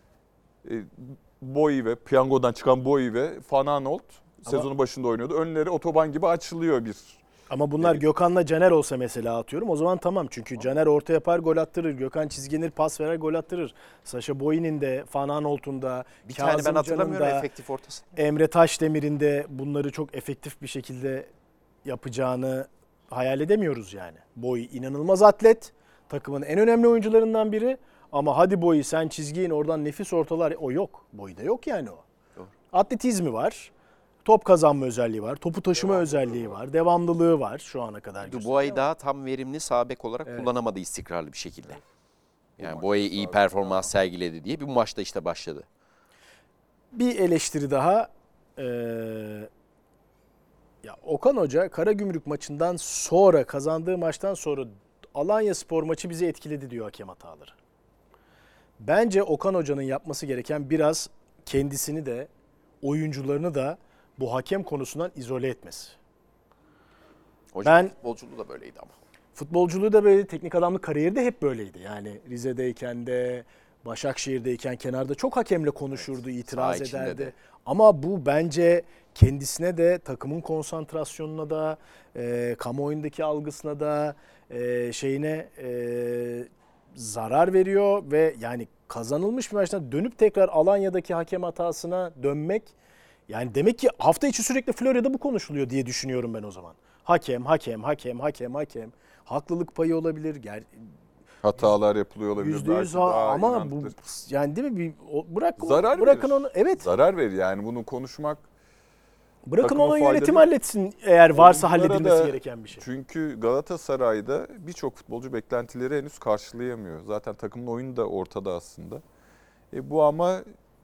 Boey ve piyangodan çıkan Boey ve Fananolt sezonun başında oynuyordu. Önleri otoban gibi açılıyor bir. Ama bunlar Gökhan'la Caner olsa mesela atıyorum. O zaman tamam. Çünkü Caner orta yapar, gol attırır. Gökhan çizginir, pas verer, gol attırır. Sacha Boey'nin de, Fananolt'un da, Bir tane ben Kazımcan'ın hatırlamıyorum da, efektif ortası. Emre Taşdemir'in de bunları çok efektif bir şekilde yapacağını hayal edemiyoruz yani. Boey inanılmaz atlet. Takımın en önemli oyuncularından biri. Ama hadi Boey sen çizgiye in oradan nefis ortalar. O yok. Boey'de yok yani o. Doğru. Atletizmi var. Top kazanma özelliği var. Topu taşıma özelliği var. Devamlılığı var şu ana kadar. Dubois'u daha tam verimli sağ bek olarak kullanamadı istikrarlı bir şekilde. Yani Boey iyi performans sergiledi diye bir maçta işte başladı. Bir eleştiri daha. Ya Okan Hoca Karagümrük maçından sonra, kazandığı maçtan sonra Alanyaspor maçı bizi etkiledi diyor hakem hataları. Bence Okan Hoca'nın yapması gereken biraz kendisini de oyuncularını da bu hakem konusundan izole etmesi. Hocam futbolculuğu da böyleydi ama. Futbolculuğu da böyle, teknik adamlık kariyeri de hep böyleydi. Yani Rize'deyken de, Başakşehir'deyken kenarda çok hakemle konuşurdu, itiraz saha içinde ederdi. de. Ama bu bence kendisine de, takımın konsantrasyonuna da, kamuoyundaki algısına da zarar veriyor ve yani kazanılmış bir maçtan dönüp tekrar Alanya'daki hakem hatasına dönmek, yani demek ki hafta içi sürekli Florya'da bu konuşuluyor diye düşünüyorum ben o zaman. Hakem. Haklılık payı olabilir. Hatalar yapılıyor olabilir. %100 belki daha ama bu inanılır. yani değil mi? Zarar bırakın verir. onu. Evet. Zarar verir yani bunu konuşmak. Bırakın takıma onu yönetim faydalı. halletsin eğer varsa Oyunculara halledilmesi da- gereken bir şey. Çünkü Galatasaray'da birçok futbolcu beklentileri henüz karşılayamıyor. Zaten takımın oyunu da ortada aslında. Bu ama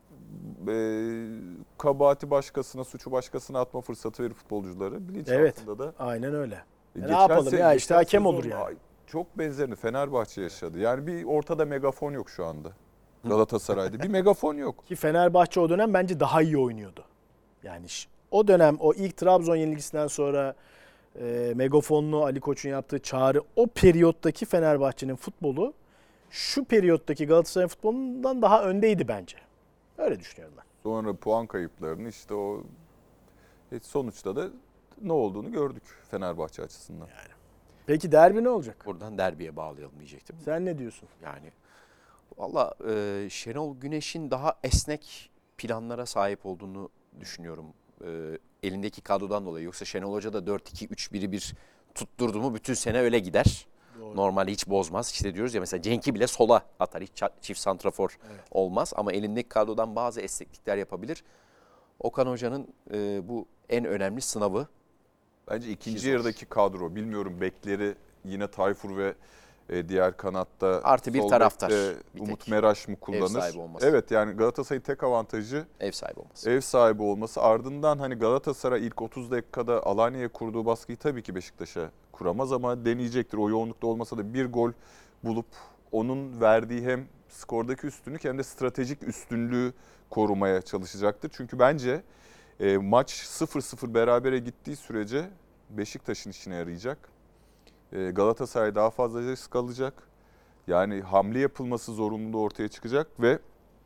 kabahati başkasına, suçu başkasına atma fırsatı verir futbolcuları. Bilinçaltında da. Aynen öyle. Ne Geçen yapalım ya, işte geçen hakem sezon olur yani. Çok benzerini Fenerbahçe yaşadı. Yani bir ortada megafon yok şu anda. Galatasaray'da bir megafon yok. Ki Fenerbahçe o dönem bence daha iyi oynuyordu. Yani o dönem, o ilk Trabzon yenilgisinden sonra megafonlu Ali Koç'un yaptığı çağrı, o periyottaki Fenerbahçe'nin futbolu şu periyottaki Galatasaray futbolundan daha öndeydi bence. Öyle düşünüyorum ben. Sonra puan kayıplarını işte o sonuçta da ne olduğunu gördük Fenerbahçe açısından. Peki derbi ne olacak? Buradan derbiye bağlayalım diyecektim. Sen ne diyorsun? Yani valla Şenol Güneş'in daha esnek planlara sahip olduğunu düşünüyorum. Elindeki kadrodan dolayı. Yoksa Şenol Hoca da 4-2-3-1'i tutturdu mu bütün sene öyle gider. Doğru. Normalde hiç bozmaz. İşte diyoruz ya mesela Cenk'i bile sola atar. Hiç çift santrafor olmaz. Ama elindeki kadrodan bazı esneklikler yapabilir. Okan Hoca'nın bu en önemli sınavı. Bence ikinci zor. yarıdaki kadro, bilmiyorum bekleri yine Tayfur ve diğer kanatta Artı bir sol taraftar, bekte bir Umut tek. Meraş mı kullanır? sahibi olması. Evet yani Galatasaray'ın tek avantajı Ev sahibi olması. ev sahibi olması. Ardından hani Galatasaray ilk 30 dakikada Alanya'ya kurduğu baskıyı tabii ki Beşiktaş'a kuramaz ama deneyecektir. O yoğunlukta olmasa da bir gol bulup onun verdiği hem skordaki üstünlük hem de stratejik üstünlüğü korumaya çalışacaktır. Çünkü bence maç 0-0 berabere gittiği sürece Beşiktaş'ın işine yarayacak. Galatasaray daha fazla risk alacak. Yani hamle yapılması zorunluluğu ortaya çıkacak ve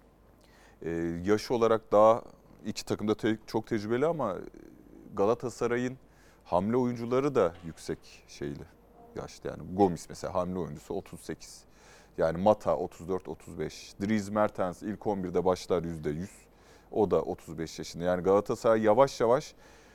yaş olarak daha iki takım da çok tecrübeli ama Galatasaray'ın hamle oyuncuları da yüksek şeyli yaşta. Yani Gomis mesela hamle oyuncusu 38. Yani Mata 34-35. Dries Mertens ilk 11'de başlar %100. O da 35 yaşında. Yani Galatasaray yavaş yavaş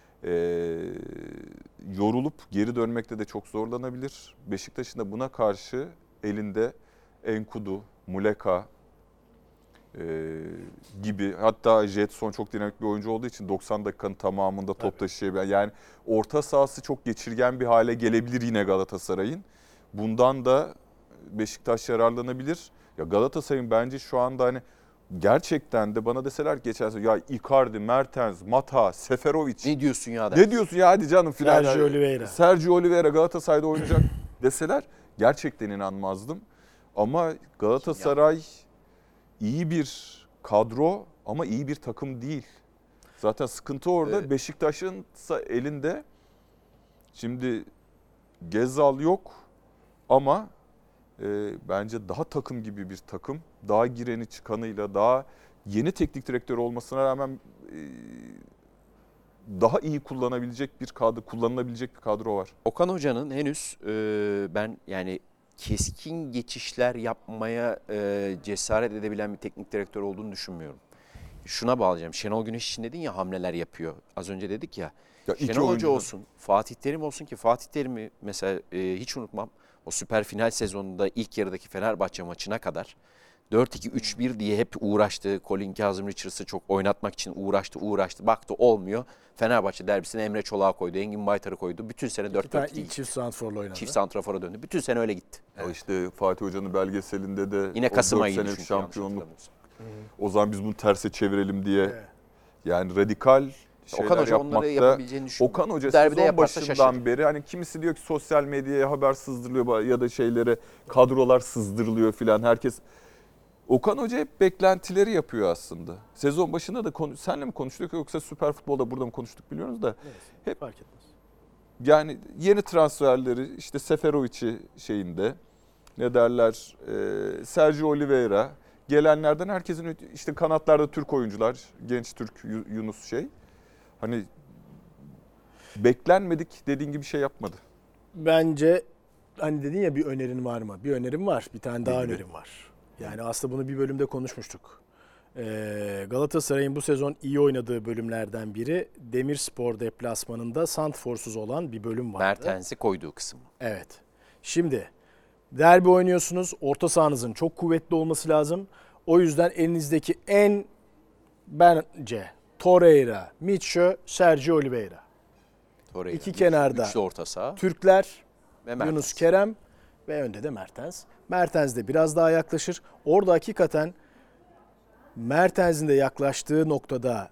yorulup geri dönmekte de çok zorlanabilir. Beşiktaş'ın da buna karşı elinde Enkudu, Muleka, gibi. Hatta Jetson çok dinamik bir oyuncu olduğu için 90 dakikanın tamamında top taşıyabilen. Yani orta sahası çok geçirgen bir hale gelebilir yine Galatasaray'ın. Bundan da Beşiktaş yararlanabilir. Ya Galatasaray'ın bence şu anda hani gerçekten de bana deseler geçen sene ya Icardi, Mertens, Mata, Seferovic. Ne diyorsun ya der. Ne diyorsun ya hadi canım filan. Sergio Oliveira Galatasaray'da oynayacak deseler gerçekten inanmazdım. Ama Galatasaray iyi bir kadro ama iyi bir takım değil. Zaten sıkıntı orada. Evet. Beşiktaş'ın elinde şimdi Gezal yok ama bence daha takım gibi bir takım. Daha gireni çıkanıyla, daha yeni teknik direktör olmasına rağmen daha iyi kullanılabilecek bir kadro var. Okan Hoca'nın henüz ben yani keskin geçişler yapmaya cesaret edebilen bir teknik direktör olduğunu düşünmüyorum. Şuna bağlayacağım. Şenol Güneş için dedin ya hamleler yapıyor. Az önce dedik ya. Şenol Hoca olsun, Fatih Terim olsun ki Fatih Terim'i mesela hiç unutmam. O süper final sezonunda ilk yarıdaki Fenerbahçe maçına kadar 4-2-3-1 diye hep uğraştı. Colin Kazım Richards'ı çok oynatmak için uğraştı. Baktı olmuyor. Fenerbahçe derbisine Emre Çolak'ı koydu, Engin Baytar'ı koydu. Bütün sene 4-4-2 çift santraforla oynadı. Çift santrafora döndü. Bütün sene öyle gitti. O işte Fatih Hoca'nın belgeselinde de yine Kasım o 4 senelik şampiyonluk. O zaman biz bunu terse çevirelim diye. Yani radikal şeyler Okan Hoca yapmakta. onları yapabileceğini düşünüyorum. Okan Hoca sezon başından beri hani kimisi diyor ki sosyal medyaya haber sızdırılıyor ya da şeylere kadrolar sızdırılıyor filan. Herkes Okan Hoca hep beklentileri yapıyor aslında. Sezon başında da senle mi konuştuk yoksa Süper Futbol'da burada mı konuştuk biliyoruz da. Evet, hep fark etmez. Yani yeni transferleri işte Seferovic'i şeyinde ne derler Sergio Oliveira gelenlerden herkesin işte kanatlarda Türk oyuncular genç Türk Yunus hani beklenmedik dediğin gibi şey yapmadı. Bence hani dedin ya bir önerin var mı? Bir önerim var. Bir tane daha önerim var. Yani aslında bunu bir bölümde konuşmuştuk. Galatasaray'ın bu sezon iyi oynadığı bölümlerden biri Demirspor deplasmanında santrforsuz olan bir bölüm vardı. Mertens'i koyduğu kısım. Evet. Şimdi derbi oynuyorsunuz. Orta sahanızın çok kuvvetli olması lazım. O yüzden elinizdeki en bence Torreira, Mitchell, Sergio Oliveira. Torreira, İki kenarda üçlü orta saha. Türkler, ve Yunus Kerem ve önde de Mertens. Mertens de biraz daha yaklaşır. Orada hakikaten Mertens'in de yaklaştığı noktada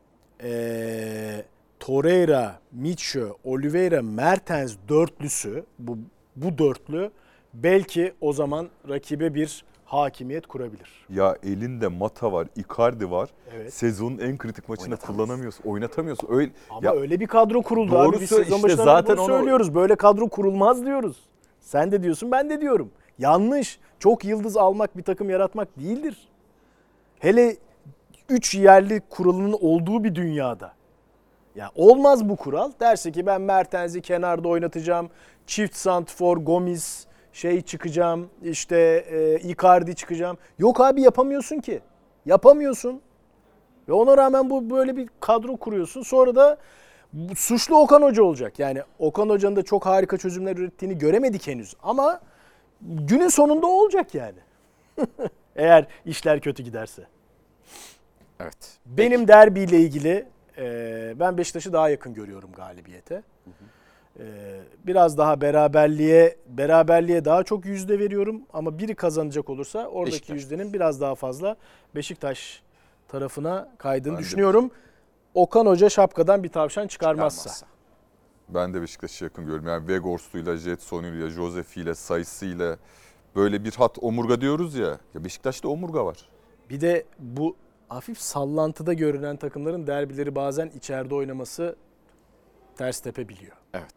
Torreira, Mitchell, Oliveira, Mertens dörtlüsü bu dörtlü belki o zaman rakibe bir hakimiyet kurabilir. Ya elinde Mata var, Icardi var. Evet. Sezonun en kritik maçında oynatamıyorsun. Öyle, ama öyle bir kadro kuruldu abi. Biz sezon başında zaten söylüyoruz. Böyle kadro kurulmaz diyoruz. Sen de diyorsun, ben de diyorum. Yanlış. Çok yıldız almak, bir takım yaratmak değildir. Hele 3 yerli kuralının olduğu bir dünyada. Ya olmaz bu kural. Derse ki ben Mertens'i kenarda oynatacağım. Çift santrfor, Gomis çıkacağım. İşte Icardi çıkacağım. Yok abi yapamıyorsun ki. Yapamıyorsun. Ve ona rağmen bu böyle bir kadro kuruyorsun. Sonra da suçlu Okan Hoca olacak. Yani Okan Hoca'nın da çok harika çözümler ürettiğini göremedik henüz. Ama günün sonunda olacak yani. Eğer işler kötü giderse. Evet. Benim derbiyle ilgili ben Beşiktaş'ı daha yakın görüyorum galibiyete. Biraz daha beraberliğe daha çok yüzde veriyorum. Ama biri kazanacak olursa oradaki yüzdenin biraz daha fazla Beşiktaş tarafına kaydığını düşünüyorum. Okan Hoca şapkadan bir tavşan çıkarmazsa. Ben de Beşiktaş'ı yakın görüyorum. Yani Vegors'uyla, Jetson'uyla, Josef'iyle, Sayısı'yla böyle bir hat omurga diyoruz ya. Ya Beşiktaş'ta omurga var. Bir de bu hafif sallantıda görünen takımların derbileri bazen içeride oynaması ters tepebiliyor. Evet.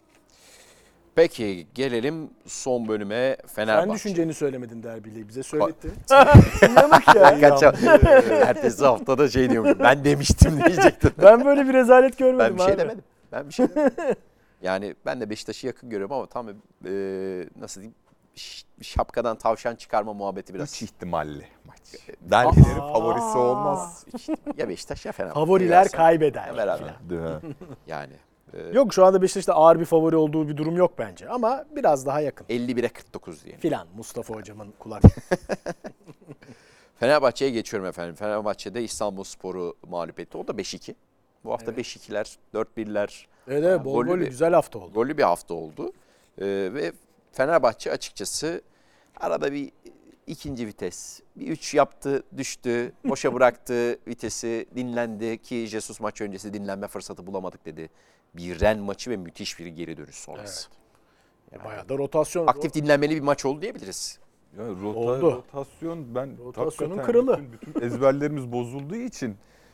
Peki gelelim son bölüme Fenerbahçe. Sen düşünceni söylemedin derbiyle bize söylettin. Yanık ya. Ertesi haftada diyormuş. Ben demiştim diyecektin. Ben böyle bir rezalet görmedim Ben bir şey abi. demedim. Ben bir şey demedim. Yani ben de Beşiktaş'ı yakın görüyorum ama tam nasıl diyeyim şapkadan tavşan çıkarma muhabbeti biraz. 3 ihtimalli maç. Derbilerin favorisi olmaz. Ya Beşiktaş ya Fenerbahçe. Favoriler kaybeder. Beraber. Yani. Yok şu anda Beşiktaş'ta ağır bir favori olduğu bir durum yok bence ama biraz daha yakın. 51'e 49 diyelim. Filan Mustafa hocamın kulak. Fenerbahçe'ye geçiyorum efendim. Fenerbahçe'de İstanbulspor'u mağlup etti. O da 5-2. Bu hafta 5-2'ler, 4-1'ler. Evet, bol Gollü gollü bir- güzel hafta oldu. Gollü bir hafta oldu. Ve Fenerbahçe açıkçası arada bir ikinci vites. Bir 3 yaptı, düştü. Boşa bıraktı vitesi, dinlendi ki Jesus maç öncesi dinlenme fırsatı bulamadık dedi. Bir Ren maçı ve müthiş bir geri dönüş sonrası. Bayağı da rotasyon. Aktif dinlenmeli bir maç oldu diyebiliriz. Ya Oldu. rotasyon ben Rotasyonun hakikaten kralı. bütün ezberlerimiz bozulduğu için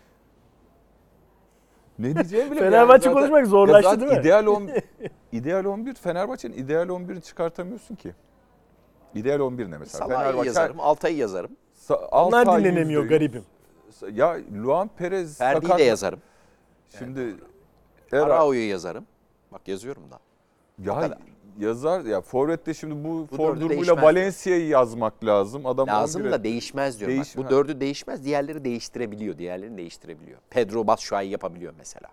ne diyeceğimi bile Fenerbahçe zaten- konuşmak zorlaştı zaten değil mi? ideal 11 Fenerbahçe'nin ideal 11'ini çıkartamıyorsun ki. İdeal 11 ne mesela? Salah'ı yazarım, Altay'ı yazarım. Onlar Altay dinlenemiyor %100. garibim. Ya Luan Perez Ferdi'yi sakat. de yazarım. Şimdi Arao'yu yazarım. Bak yazıyorum da. O ya kadar. yazar ya forvette şimdi bu Bu form dördü durumuyla değişmez. Valencia'yı yazmak lazım. Adam Lazım 11'e da değişmez diyorum. Bak, Değişmez. bu dördü değişmez, diğerleri değiştirebiliyor. Diğerlerini değiştirebiliyor. Pedro Batshuayi yapabiliyor mesela.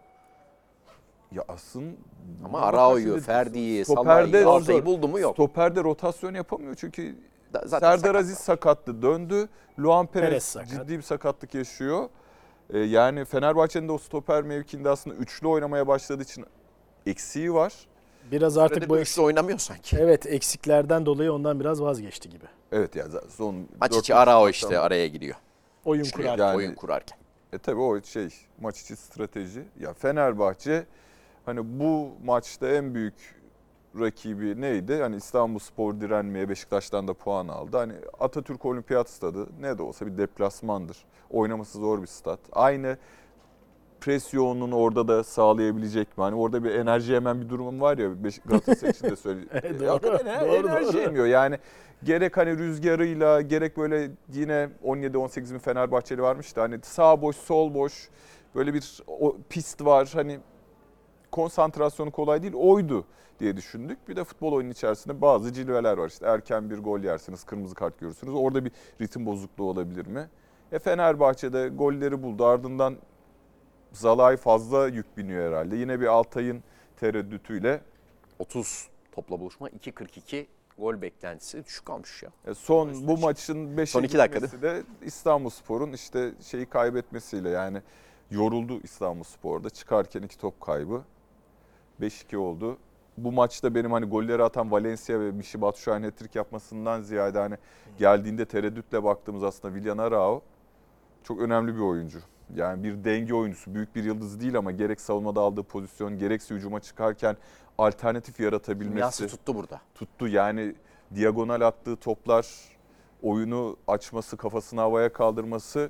Ya aslında Ama Arao'yu, Ferdi'yi, stoperde Salah'ı, Altay'ı zor. buldu mu yok. Stoperde rotasyon yapamıyor çünkü Zaten Serdar sakat Aziz var. sakattı, döndü. Luan Perez Perez sakat. ciddi bir sakatlık yaşıyor. Yani Fenerbahçe'nin de o stoper mevkinde aslında üçlü oynamaya başladığı için eksiği var. Biraz Artık artık bu üçlü oynamıyor sanki. evet eksiklerden dolayı ondan biraz vazgeçti gibi. Evet ya son Maç dört içi maç Arao maçtan- işte araya giriyor. Oyun Üçlü kurar. Yani- oyun kurarken. Tabii o maç içi strateji. Ya Fenerbahçe hani bu maçta en büyük rakibi neydi? Hani İstanbulspor direnmeye Beşiktaş'tan da puan aldı. Hani Atatürk Olimpiyat Stadı ne de olsa bir deplasmandır. Oynaması zor bir stat. Aynı pres yoğunluğunu orada da sağlayabilecek mi? Hani orada bir enerji yemen bir durum var ya Galatasaray için de söyleyeyim. Doğru, Hakikaten doğru, enerji doğru. yemiyor. Yani gerek hani rüzgarıyla gerek böyle yine 17-18 bin Fenerbahçeli varmış da hani sağ boş sol boş böyle bir pist var. Hani konsantrasyonu kolay değil oydu diye düşündük. Bir de futbol oyunun içerisinde bazı cilveler var. İşte erken bir gol yersiniz, kırmızı kart görürsünüz. Orada bir ritim bozukluğu olabilir mi? Fenerbahçe'de golleri buldu. Ardından Zalai fazla yük biniyor herhalde. Yine bir Altay'ın tereddütüyle 30 topla buluşma, 2.42 gol beklentisi düşük kalmış ya. son bu maçın 5'e Son iki dakika gitmesi de İstanbulspor'un işte şeyi kaybetmesiyle yani yoruldu İstanbulspor'da. Çıkarken 2 top kaybı. 5-2 oldu. Bu maçta benim hani golleri atan Valencia ve Michy Batshuayi'nin hat-trick yapmasından ziyade hani geldiğinde tereddütle baktığımız aslında Willian Arao çok önemli bir oyuncu. Yani bir denge oyuncusu, büyük bir yıldız değil ama gerek savunmada aldığı pozisyon, gerekse hücuma çıkarken alternatif yaratabilmesi Kimyası tuttu burada. tuttu. Yani diagonal attığı toplar, oyunu açması, kafasını havaya kaldırması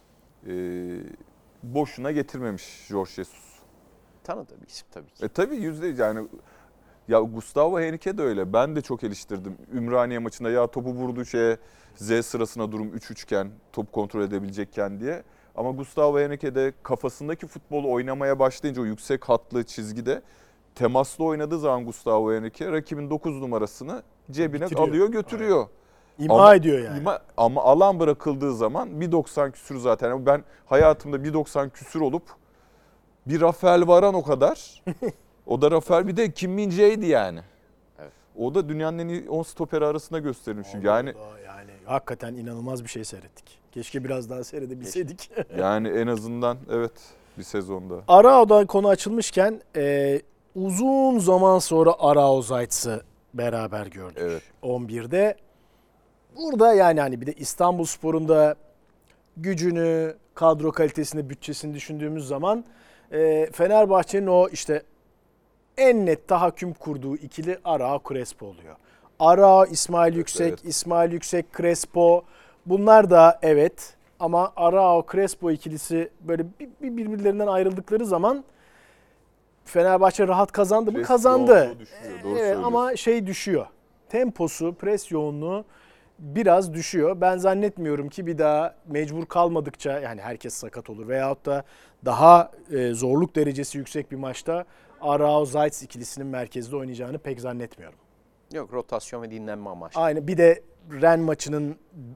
boşuna getirmemiş Jorge Jesus. Tanıdığı bir isim tabii ki. Tabii %100 yani ya Gustavo Henrique de öyle. Ben de çok eleştirdim. Ümraniye maçında ya topu vurdu Z sırasına durum 3-3 iken top kontrol edebilecekken diye. Ama Gustavo Henrique de kafasındaki futbolu oynamaya başlayınca o yüksek hatlı çizgide temaslı oynadığı zaman Gustavo Henrique rakibin 9 numarasını cebine Bitiriyor. alıyor götürüyor. İmha ediyor yani. Ama alan bırakıldığı zaman 1.90 küsür zaten. Yani ben hayatımda 1.90 küsür olup bir Rafael Varane o kadar. O da Rafael bir de Kim Min-jae'ydi yani. Evet. O da dünyanın en iyi 10 stoperi arasında gösterilmiş. Yani Yani hakikaten inanılmaz bir şey seyrettik. Keşke biraz daha seyredebilseydik. yani en azından evet bir sezonda. Arao'dan konu açılmışken uzun zaman sonra Arao Zayt'sı beraber gördük. Evet. 11'de. Burada yani hani bir de İstanbulspor'un da gücünü, kadro kalitesini, bütçesini düşündüğümüz zaman Fenerbahçe'nin o işte en net tahakküm kurduğu ikili Arao Crespo oluyor. Arao, İsmail Yüksek, evet. İsmail Yüksek, Crespo bunlar da evet ama Arao Crespo ikilisi böyle birbirlerinden ayrıldıkları zaman Fenerbahçe rahat kazandı mı? Pres Kazandı. yoğunluğu düşüyor, doğru söylüyorsun. Ama düşüyor. Temposu, pres yoğunluğu biraz düşüyor. Ben zannetmiyorum ki bir daha mecbur kalmadıkça yani herkes sakat olur veyahut da daha zorluk derecesi yüksek bir maçta Arao-Zayt ikilisinin merkezde oynayacağını pek zannetmiyorum. Yok, rotasyon ve dinlenme amaçlı. Aynı bir de Ren maçının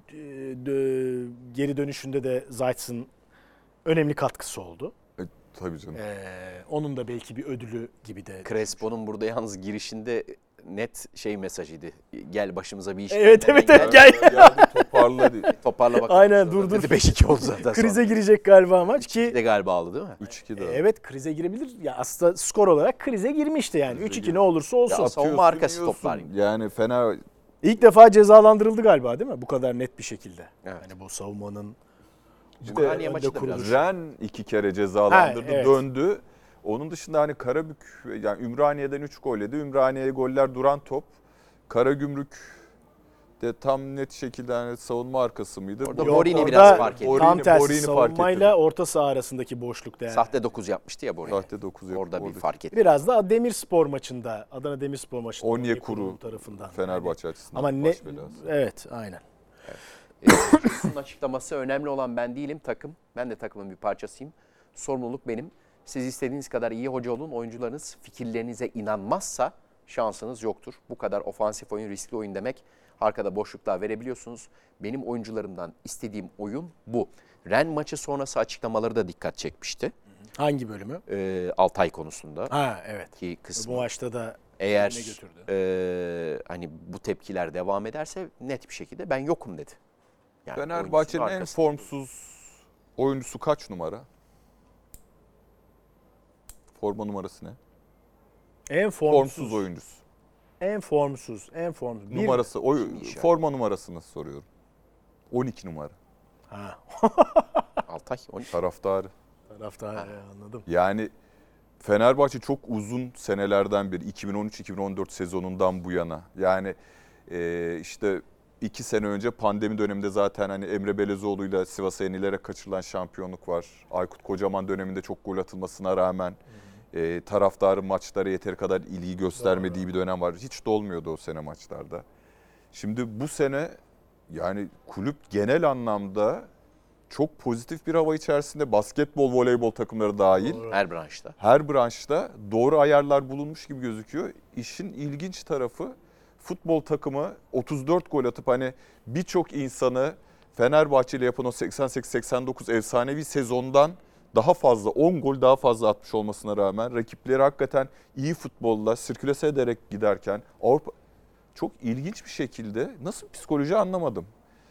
geri dönüşünde de Zayt'sın önemli katkısı oldu. Tabii canım. Onun da belki bir ödülü gibi de. Crespo'nun burada yalnız girişinde net şey mesajıydı. Gel başımıza bir iş. Evet, hemen evet, evet, gel. Geldi toparla diye. Toparla bakalım. Aynen, dur. 5-2 oldu zaten. Krize girecek galiba maç ki. de galiba aldı değil mi? 3-2 de. Evet, krize girebilir. Ya aslında skor olarak krize girmişti yani. 3-2 ne olursa olsun. Ya, savunma arkası toplar. Yani fena. İlk defa cezalandırıldı galiba değil mi? Bu kadar net bir şekilde. Evet. Yani bu savunmanın Ümraniye önde maçı da biraz. kuruluş. Ren 2 kere cezalandırdı, Ha, evet. döndü. Onun dışında hani Karabük, yani Ümraniye'den 3 gol yedi. Ümraniye'ye goller duran top. Karagümrük de tam net şekilde hani savunma arkası mıydı? Orada Yok, Borini orada biraz fark etti. Tam tersi, Borini fark savunmayla etti. orta saha arasındaki boşlukta yani. Sahte 9 yapmıştı ya Borini. Sahte 9 yapıp Orada bir oradaki fark etti. Biraz da Demirspor maçında, Adana Demirspor maçında. Onyekuru tarafından. Fenerbahçe açısından Ama ne? baş belası. Evet, aynen. Bunun açıklaması önemli olan ben değilim, takım. Ben de takımın bir parçasıyım. Sorumluluk benim. Siz istediğiniz kadar iyi hoca olun. Oyuncularınız fikirlerinize inanmazsa şansınız yoktur. Bu kadar ofansif oyun, riskli oyun demek. Arkada boşluklar verebiliyorsunuz. Benim oyuncularımdan istediğim oyun bu. Ren maçı sonrası açıklamaları da dikkat çekmişti. Hangi bölümü? Altay konusunda. Ha, evet. Ki kısmı. Bu maçta da Eğer ne götürdü? hani bu tepkiler devam ederse net bir şekilde ben yokum dedi. Yani Fenerbahçe'nin oyuncusunun en arkasında. formsuz oyuncusu kaç numara? Forma numarası ne? En formsuz. Formsuz oyuncusu. En formsuz. Bir- Numarası, işaret. forma numarasını soruyorum. 12 numara. Ha, Altay 12. Taraftarı. taraftar anladım. Yani Fenerbahçe çok uzun senelerden beri 2013-2014 sezonundan bu yana. Yani işte 2 sene önce pandemi döneminde zaten hani Emre Belezoğlu'yla Sivas'a yenilerek kaçırılan şampiyonluk var. Aykut Kocaman döneminde çok gol atılmasına rağmen taraftarın maçlara yeteri kadar ilgi göstermediği bir dönem var. Hiç dolmuyordu o sene maçlarda. Şimdi bu sene yani kulüp genel anlamda çok pozitif bir hava içerisinde, basketbol, voleybol takımları dahil. Her branşta. Her branşta doğru ayarlar bulunmuş gibi gözüküyor. İşin ilginç tarafı futbol takımı 34 gol atıp hani birçok insanı Fenerbahçe ile yapan o 88-89 efsanevi sezondan daha fazla 10 gol daha fazla atmış olmasına rağmen rakipleri hakikaten iyi futbolla sirkülese ederek giderken Avrupa çok ilginç bir şekilde nasıl psikoloji anlamadım.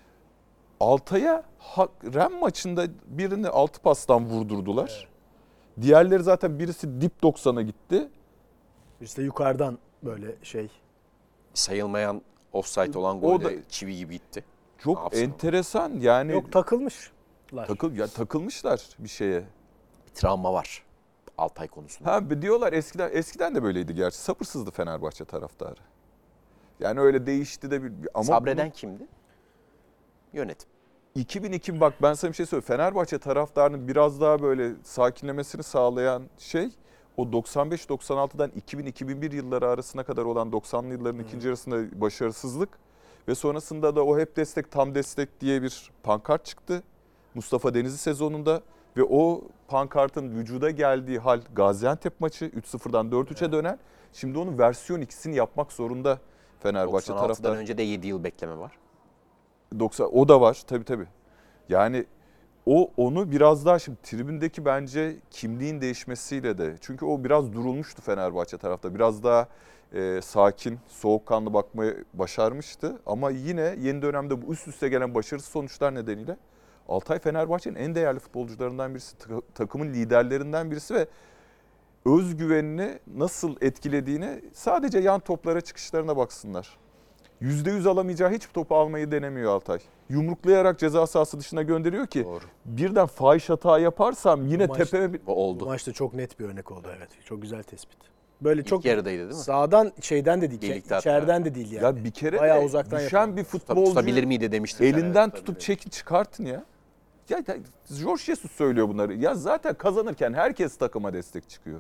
Altay'a Ren maçında birini 6 pastan vurdurdular. Evet. Diğerleri zaten birisi dip 90'a gitti. İşte yukarıdan böyle şey. Sayılmayan offside olan O gol da- de çivi gibi gitti. Çok Yapsın. enteresan yani Yok, takılmışlar. takılmışlar bir şeye. Bir travma var Altay konusunda. Ha diyorlar eskiden de böyleydi gerçi. Sabırsızdı Fenerbahçe taraftarı. Yani öyle değişti de ama Sabreden kimdi? Yönetim. 2002 bak ben sana bir şey söyleyeyim. Fenerbahçe taraftarının biraz daha böyle sakinlemesini sağlayan şey o 95-96'dan 2000-2001 yılları arasına kadar olan 90'lı yılların ikinci yarısında başarısızlık ve sonrasında da o hep destek tam destek diye bir pankart çıktı. Mustafa Denizli sezonunda ve o pankartın vücuda geldiği hal Gaziantep maçı 3-0'dan 4-3'e dönen. Şimdi onun versiyon 2'sini yapmak zorunda Fenerbahçe 96'dan taraftarı. önce de 7 yıl bekleme var. 90 o da var tabii. Yani onu biraz daha şimdi tribündeki bence kimliğin değişmesiyle de çünkü o biraz durulmuştu Fenerbahçe tarafta. Biraz daha sakin, soğukkanlı bakmayı başarmıştı ama yine yeni dönemde bu üst üste gelen başarısız sonuçlar nedeniyle Altay Fenerbahçe'nin en değerli futbolcularından birisi, takımın liderlerinden birisi ve özgüvenini nasıl etkilediğini sadece yan toplara çıkışlarına baksınlar. %100 alamayacağı hiçbir topu almayı denemiyor Altay. Yumruklayarak ceza sahası dışına gönderiyor ki Doğru. birden fahiş hata yaparsam yine Bu tepeme... O Bu oldu. maçta çok net bir örnek oldu, evet. Çok güzel tespit. Böyle İlk çok yarıdaydı değil mi? sağdan şeyden de değil, Birlikte içeriden de değil yani. Ya bir kere Bayağı de uzaktan düşen yapalım. bir futbolcu Tutabilir miydi demiştim. elinden Evet, tutup tabii. çekin çıkartın ya. Ya Jorge Jesus söylüyor bunları. Ya zaten kazanırken herkes takıma destek çıkıyor.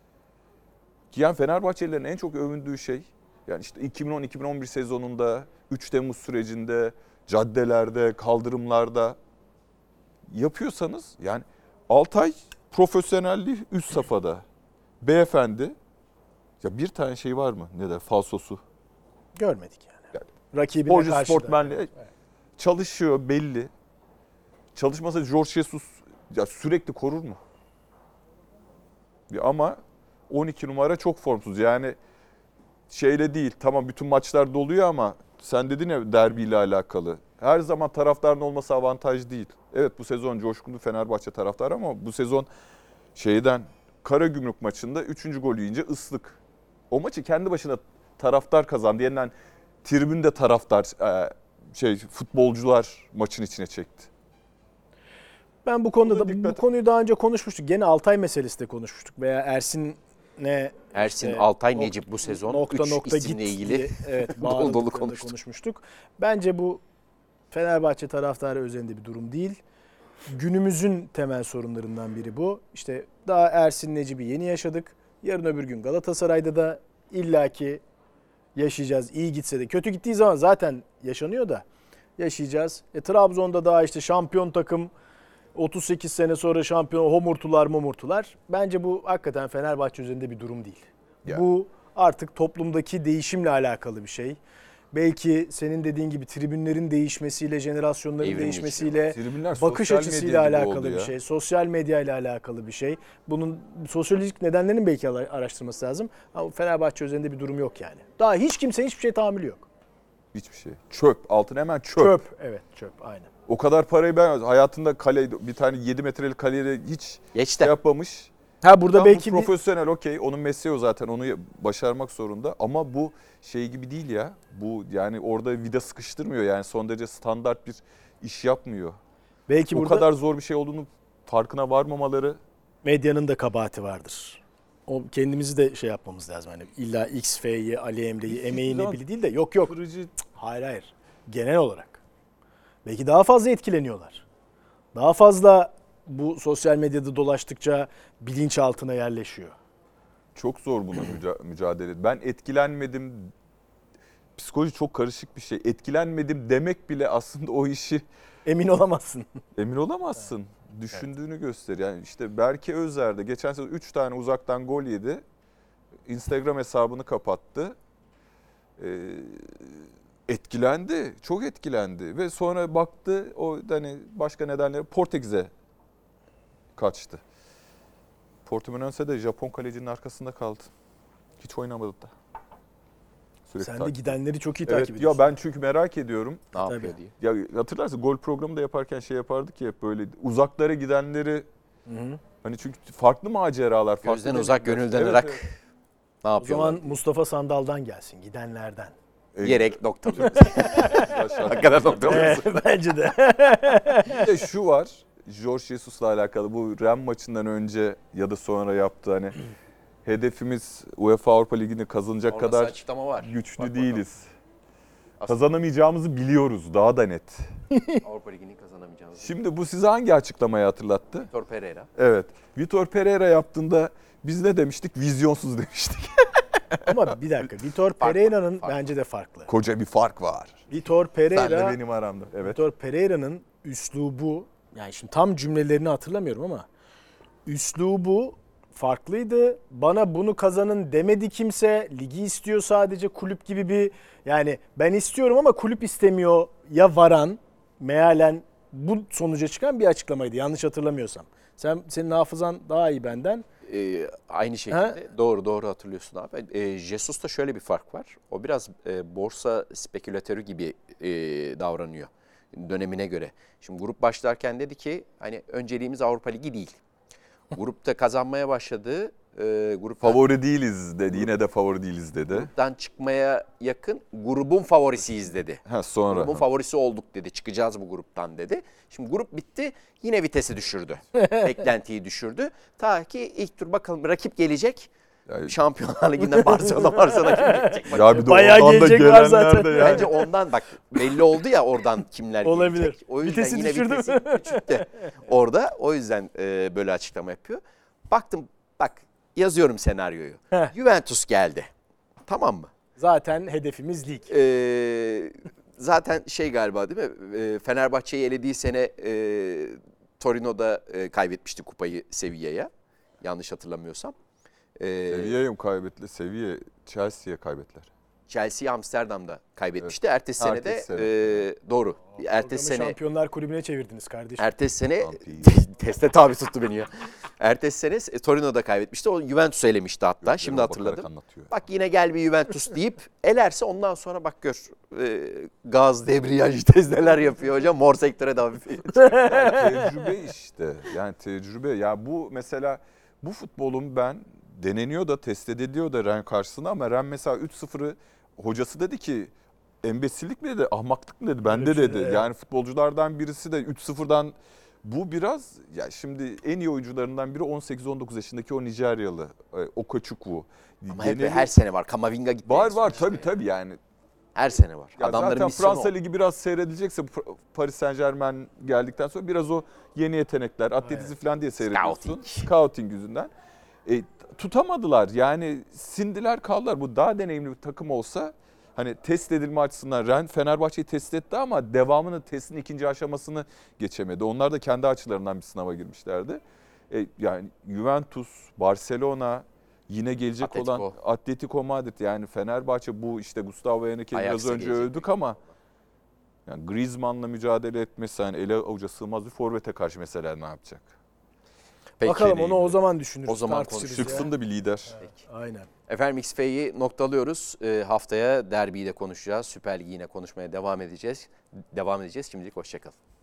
Ki yani Fenerbahçelilerin en çok övündüğü şey yani işte 2010-2011 sezonunda 3 Temmuz sürecinde caddelerde, kaldırımlarda yapıyorsanız yani Altay profesyonelliği üst safhada. Beyefendi ya bir tane şey var mı? Ne de falsosu. Görmedik yani. Yani Rakibine Sporcu karşı da. sportmenliği çalışıyor belli. Çalışmasa Jorge Jesus ya sürekli korur mu? Ama 12 numara çok formsuz. Yani şeyle değil. Tamam bütün maçlar doluyor ama sen dedin ya derbiyle alakalı. Her zaman taraftarın olması avantaj değil. Evet bu sezon coşkulu Fenerbahçe taraftarı ama bu sezon Karagümrük maçında 3. golü yiyince ıslık. O maçı kendi başına taraftar kazandı. Yeniden tribünde taraftar futbolcular maçın içine çekti. Ben bu konuyu daha önce konuşmuştuk. Gene Altay meselesi de konuşmuştuk veya Ersin Altay Necip bu sezon 3 isimle ilgili evet, dolu dolu konuşmuştuk. Bence bu Fenerbahçe taraftarı özelinde bir durum değil. Günümüzün temel sorunlarından biri bu. İşte daha Ersin Necip'i yeni yaşadık. Yarın öbür gün Galatasaray'da da illaki yaşayacağız. İyi gitse de kötü gittiği zaman zaten yaşanıyor da yaşayacağız. Trabzon'da daha işte şampiyon takım 38 sene sonra şampiyon homurtular. Bence bu hakikaten Fenerbahçe üzerinde bir durum değil. Yani. Bu artık toplumdaki değişimle alakalı bir şey. Belki senin dediğin gibi tribünlerin değişmesiyle, jenerasyonların değişmesiyle, bakış açısıyla alakalı bir şey. Sosyal medya ile alakalı bir şey. Bunun sosyolojik nedenlerinin belki araştırması lazım. Ama Fenerbahçe üzerinde bir durum yok yani. Daha hiç kimsenin hiçbir şey tahammülü yok. Hiçbir şey. Çöp. Altına hemen çöp. Çöp. Evet çöp. Aynen. O kadar parayı ben hayatında bir tane 7 metrelik kaleye hiç yapmamış. Burada belki profesyonel okey. Onun mesleği o zaten. Onu başarmak zorunda. Ama bu şey gibi değil ya. Bu yani orada vida sıkıştırmıyor. Yani son derece standart bir iş yapmıyor. Belki o kadar zor bir şey olduğunu farkına varmamaları. Medyanın da kabahati vardır. O kendimizi de yapmamız lazım. Hani illa XF'yi, Ali Emre'yi, emeği ne bili değil de yok. Hayır. Genel olarak. Belki daha fazla etkileniyorlar. Daha fazla bu sosyal medyada dolaştıkça bilinçaltına yerleşiyor. Çok zor buna mücadele. Ben etkilenmedim. Psikoloji çok karışık bir şey. Etkilenmedim demek bile aslında o işi... Emin olamazsın. Emin olamazsın. Düşündüğünü gösteriyor. Yani işte Berke Özer de geçen sezon 3 tane uzaktan gol yedi. Instagram hesabını kapattı. Etkilendi. Çok etkilendi. Ve sonra baktı o hani başka nedenleri Portekiz'e kaçtı. Portimonense de Japon kalecinin arkasında kaldı. Hiç oynamadı da. Sürekli sen de gidenleri çok iyi takip ediyorsun. Ya ben çünkü merak ediyorum. Ne yapıyor diye. Ya hatırlarsın gol programı da yaparken yapardık ya hep böyle uzaklara gidenleri. Hı-hı. Hani çünkü farklı maceralar. Gözden uzak gönülden ırak. Evet. Ne yapıyorlar? O zaman Mustafa Sandal'dan gelsin gidenlerden. Diyerek noktalıyoruz. Hakikaten noktalıyoruz. Bence de. Bir de şu var. Jorge Jesus'la alakalı bu Ren maçından önce ya da sonra yaptığı hani hedefimiz UEFA Avrupa Ligi'ni kazanacak orada kadar var. Güçlü değiliz. Kazanamayacağımızı biliyoruz daha da net. Avrupa Ligi'ni kazanamayacağımızı. Şimdi bu size hangi açıklamayı hatırlattı? Vitor Pereira. Evet. Vitor Pereira yaptığında biz ne demiştik? Vizyonsuz demiştik. Ama bir dakika. Vitor Pereira'nın bence de farklı. Koca bir fark var. Vitor Pereira. Senle benim aramda. Evet. Vitor Pereira'nın üslubu, yani şimdi tam cümlelerini hatırlamıyorum ama üslubu farklıydı. Bana bunu kazanın demedi kimse. Ligi istiyor sadece, kulüp gibi bir, yani ben istiyorum ama kulüp istemiyor ya varan, mealen bu sonuca çıkan bir açıklamaydı yanlış hatırlamıyorsam. Senin hafızan daha iyi benden. Aynı şekilde doğru hatırlıyorsun abi. Jesus'ta şöyle bir fark var. O biraz borsa spekülatörü gibi davranıyor dönemine göre. Şimdi grup başlarken dedi ki hani önceliğimiz Avrupa Ligi değil. Grupta kazanmaya başladı. Favori değiliz dedi. Yine de favori değiliz dedi. Gruptan çıkmaya yakın grubun favorisiyiz dedi. Sonra. Grubun favorisi olduk dedi. Çıkacağız bu gruptan dedi. Şimdi grup bitti. Yine vitesi düşürdü. Beklentiyi düşürdü. Ta ki ilk tur bakalım rakip gelecek. Yani, Şampiyonlar Ligi'nden Barcelona kim gelecek? Ya bir de bayağı gelecek var zaten. Yani. Bence ondan bak belli oldu ya oradan kimler olabilir. Gelecek. O yüzden vitesi yine düşürdü. Vitesi küçülttü orada. O yüzden böyle açıklama yapıyor. Baktım bak yazıyorum senaryoyu. Juventus geldi. Tamam mı? Zaten hedefimiz lig. Zaten galiba değil mi? Fenerbahçe'yi elediği sene Torino'da kaybetmişti kupayı Sevilla'ya. Yanlış hatırlamıyorsam. Sevilla'ya mı kaybetti? Sevilla Chelsea'ye kaybettiler. Chelsea'yi Amsterdam'da kaybetmişti. Evet. Ertesi sene de doğru. Ertesi sene Şampiyonlar Kulübü'ne çevirdiniz kardeşim. Ertesi sene teste tabi tuttu beni ya. Ertesi sene Torino'da kaybetmişti. O Juventus'u elemişti hatta. Gözlerime Şimdi bakarak hatırladım. anlatıyor. Bak yine gel bir Juventus deyip elerse ondan sonra bak gör. Gaz, debriyaj tez neler yapıyor hocam. Mor sektöre devam ediyor. Tecrübe işte. Yani tecrübe. Ya bu mesela bu futbolun ben deneniyor da test ediliyor da Ren karşısında ama Ren mesela 3-0'ı hocası dedi ki embesillik mi dedi, ahmaklık mı dedi, bende Öyle bir şey dedi. de, Yani futbolculardan birisi de 3-0'dan bu biraz ya şimdi en iyi oyuncularından biri 18-19 yaşındaki o Nijeryalı Okachukwu. Ama hep Geneli- her sene var. Kamavinga gitti. en var son var işte. tabii yani. Her sene var. Ya Adamların zaten misyonu Fransa o. Ligi biraz seyredilecekse Paris Saint-Germain geldikten sonra biraz o yeni yetenekler, atletizm falan diye seyrediyorsun. Scouting yüzünden. Tutamadılar yani sindiler kaldılar. Bu daha deneyimli bir takım olsa hani test edilme açısından Ren Fenerbahçe'yi test etti ama devamını testin ikinci aşamasını geçemedi. Onlar da kendi açılarından bir sınava girmişlerdi. Yani Juventus, Barcelona yine gelecek Atletico. olan Atletico Madrid yani Fenerbahçe bu işte Gustavo Henrique'yi biraz Ajax'a önce gelecek. övdük ama yani Griezmann'la mücadele etmesi hani ele avuca sığmaz bir forvete karşı mesela ne yapacak? Peki. Bakalım onu o zaman düşünürüz. O zaman tartışırız Çıksın ya. da bir lider. Aynen. Efendim XF'yi noktalıyoruz. Haftaya derbiyi de konuşacağız. Süper Ligi yine konuşmaya devam edeceğiz. Şimdilik hoşçakalın.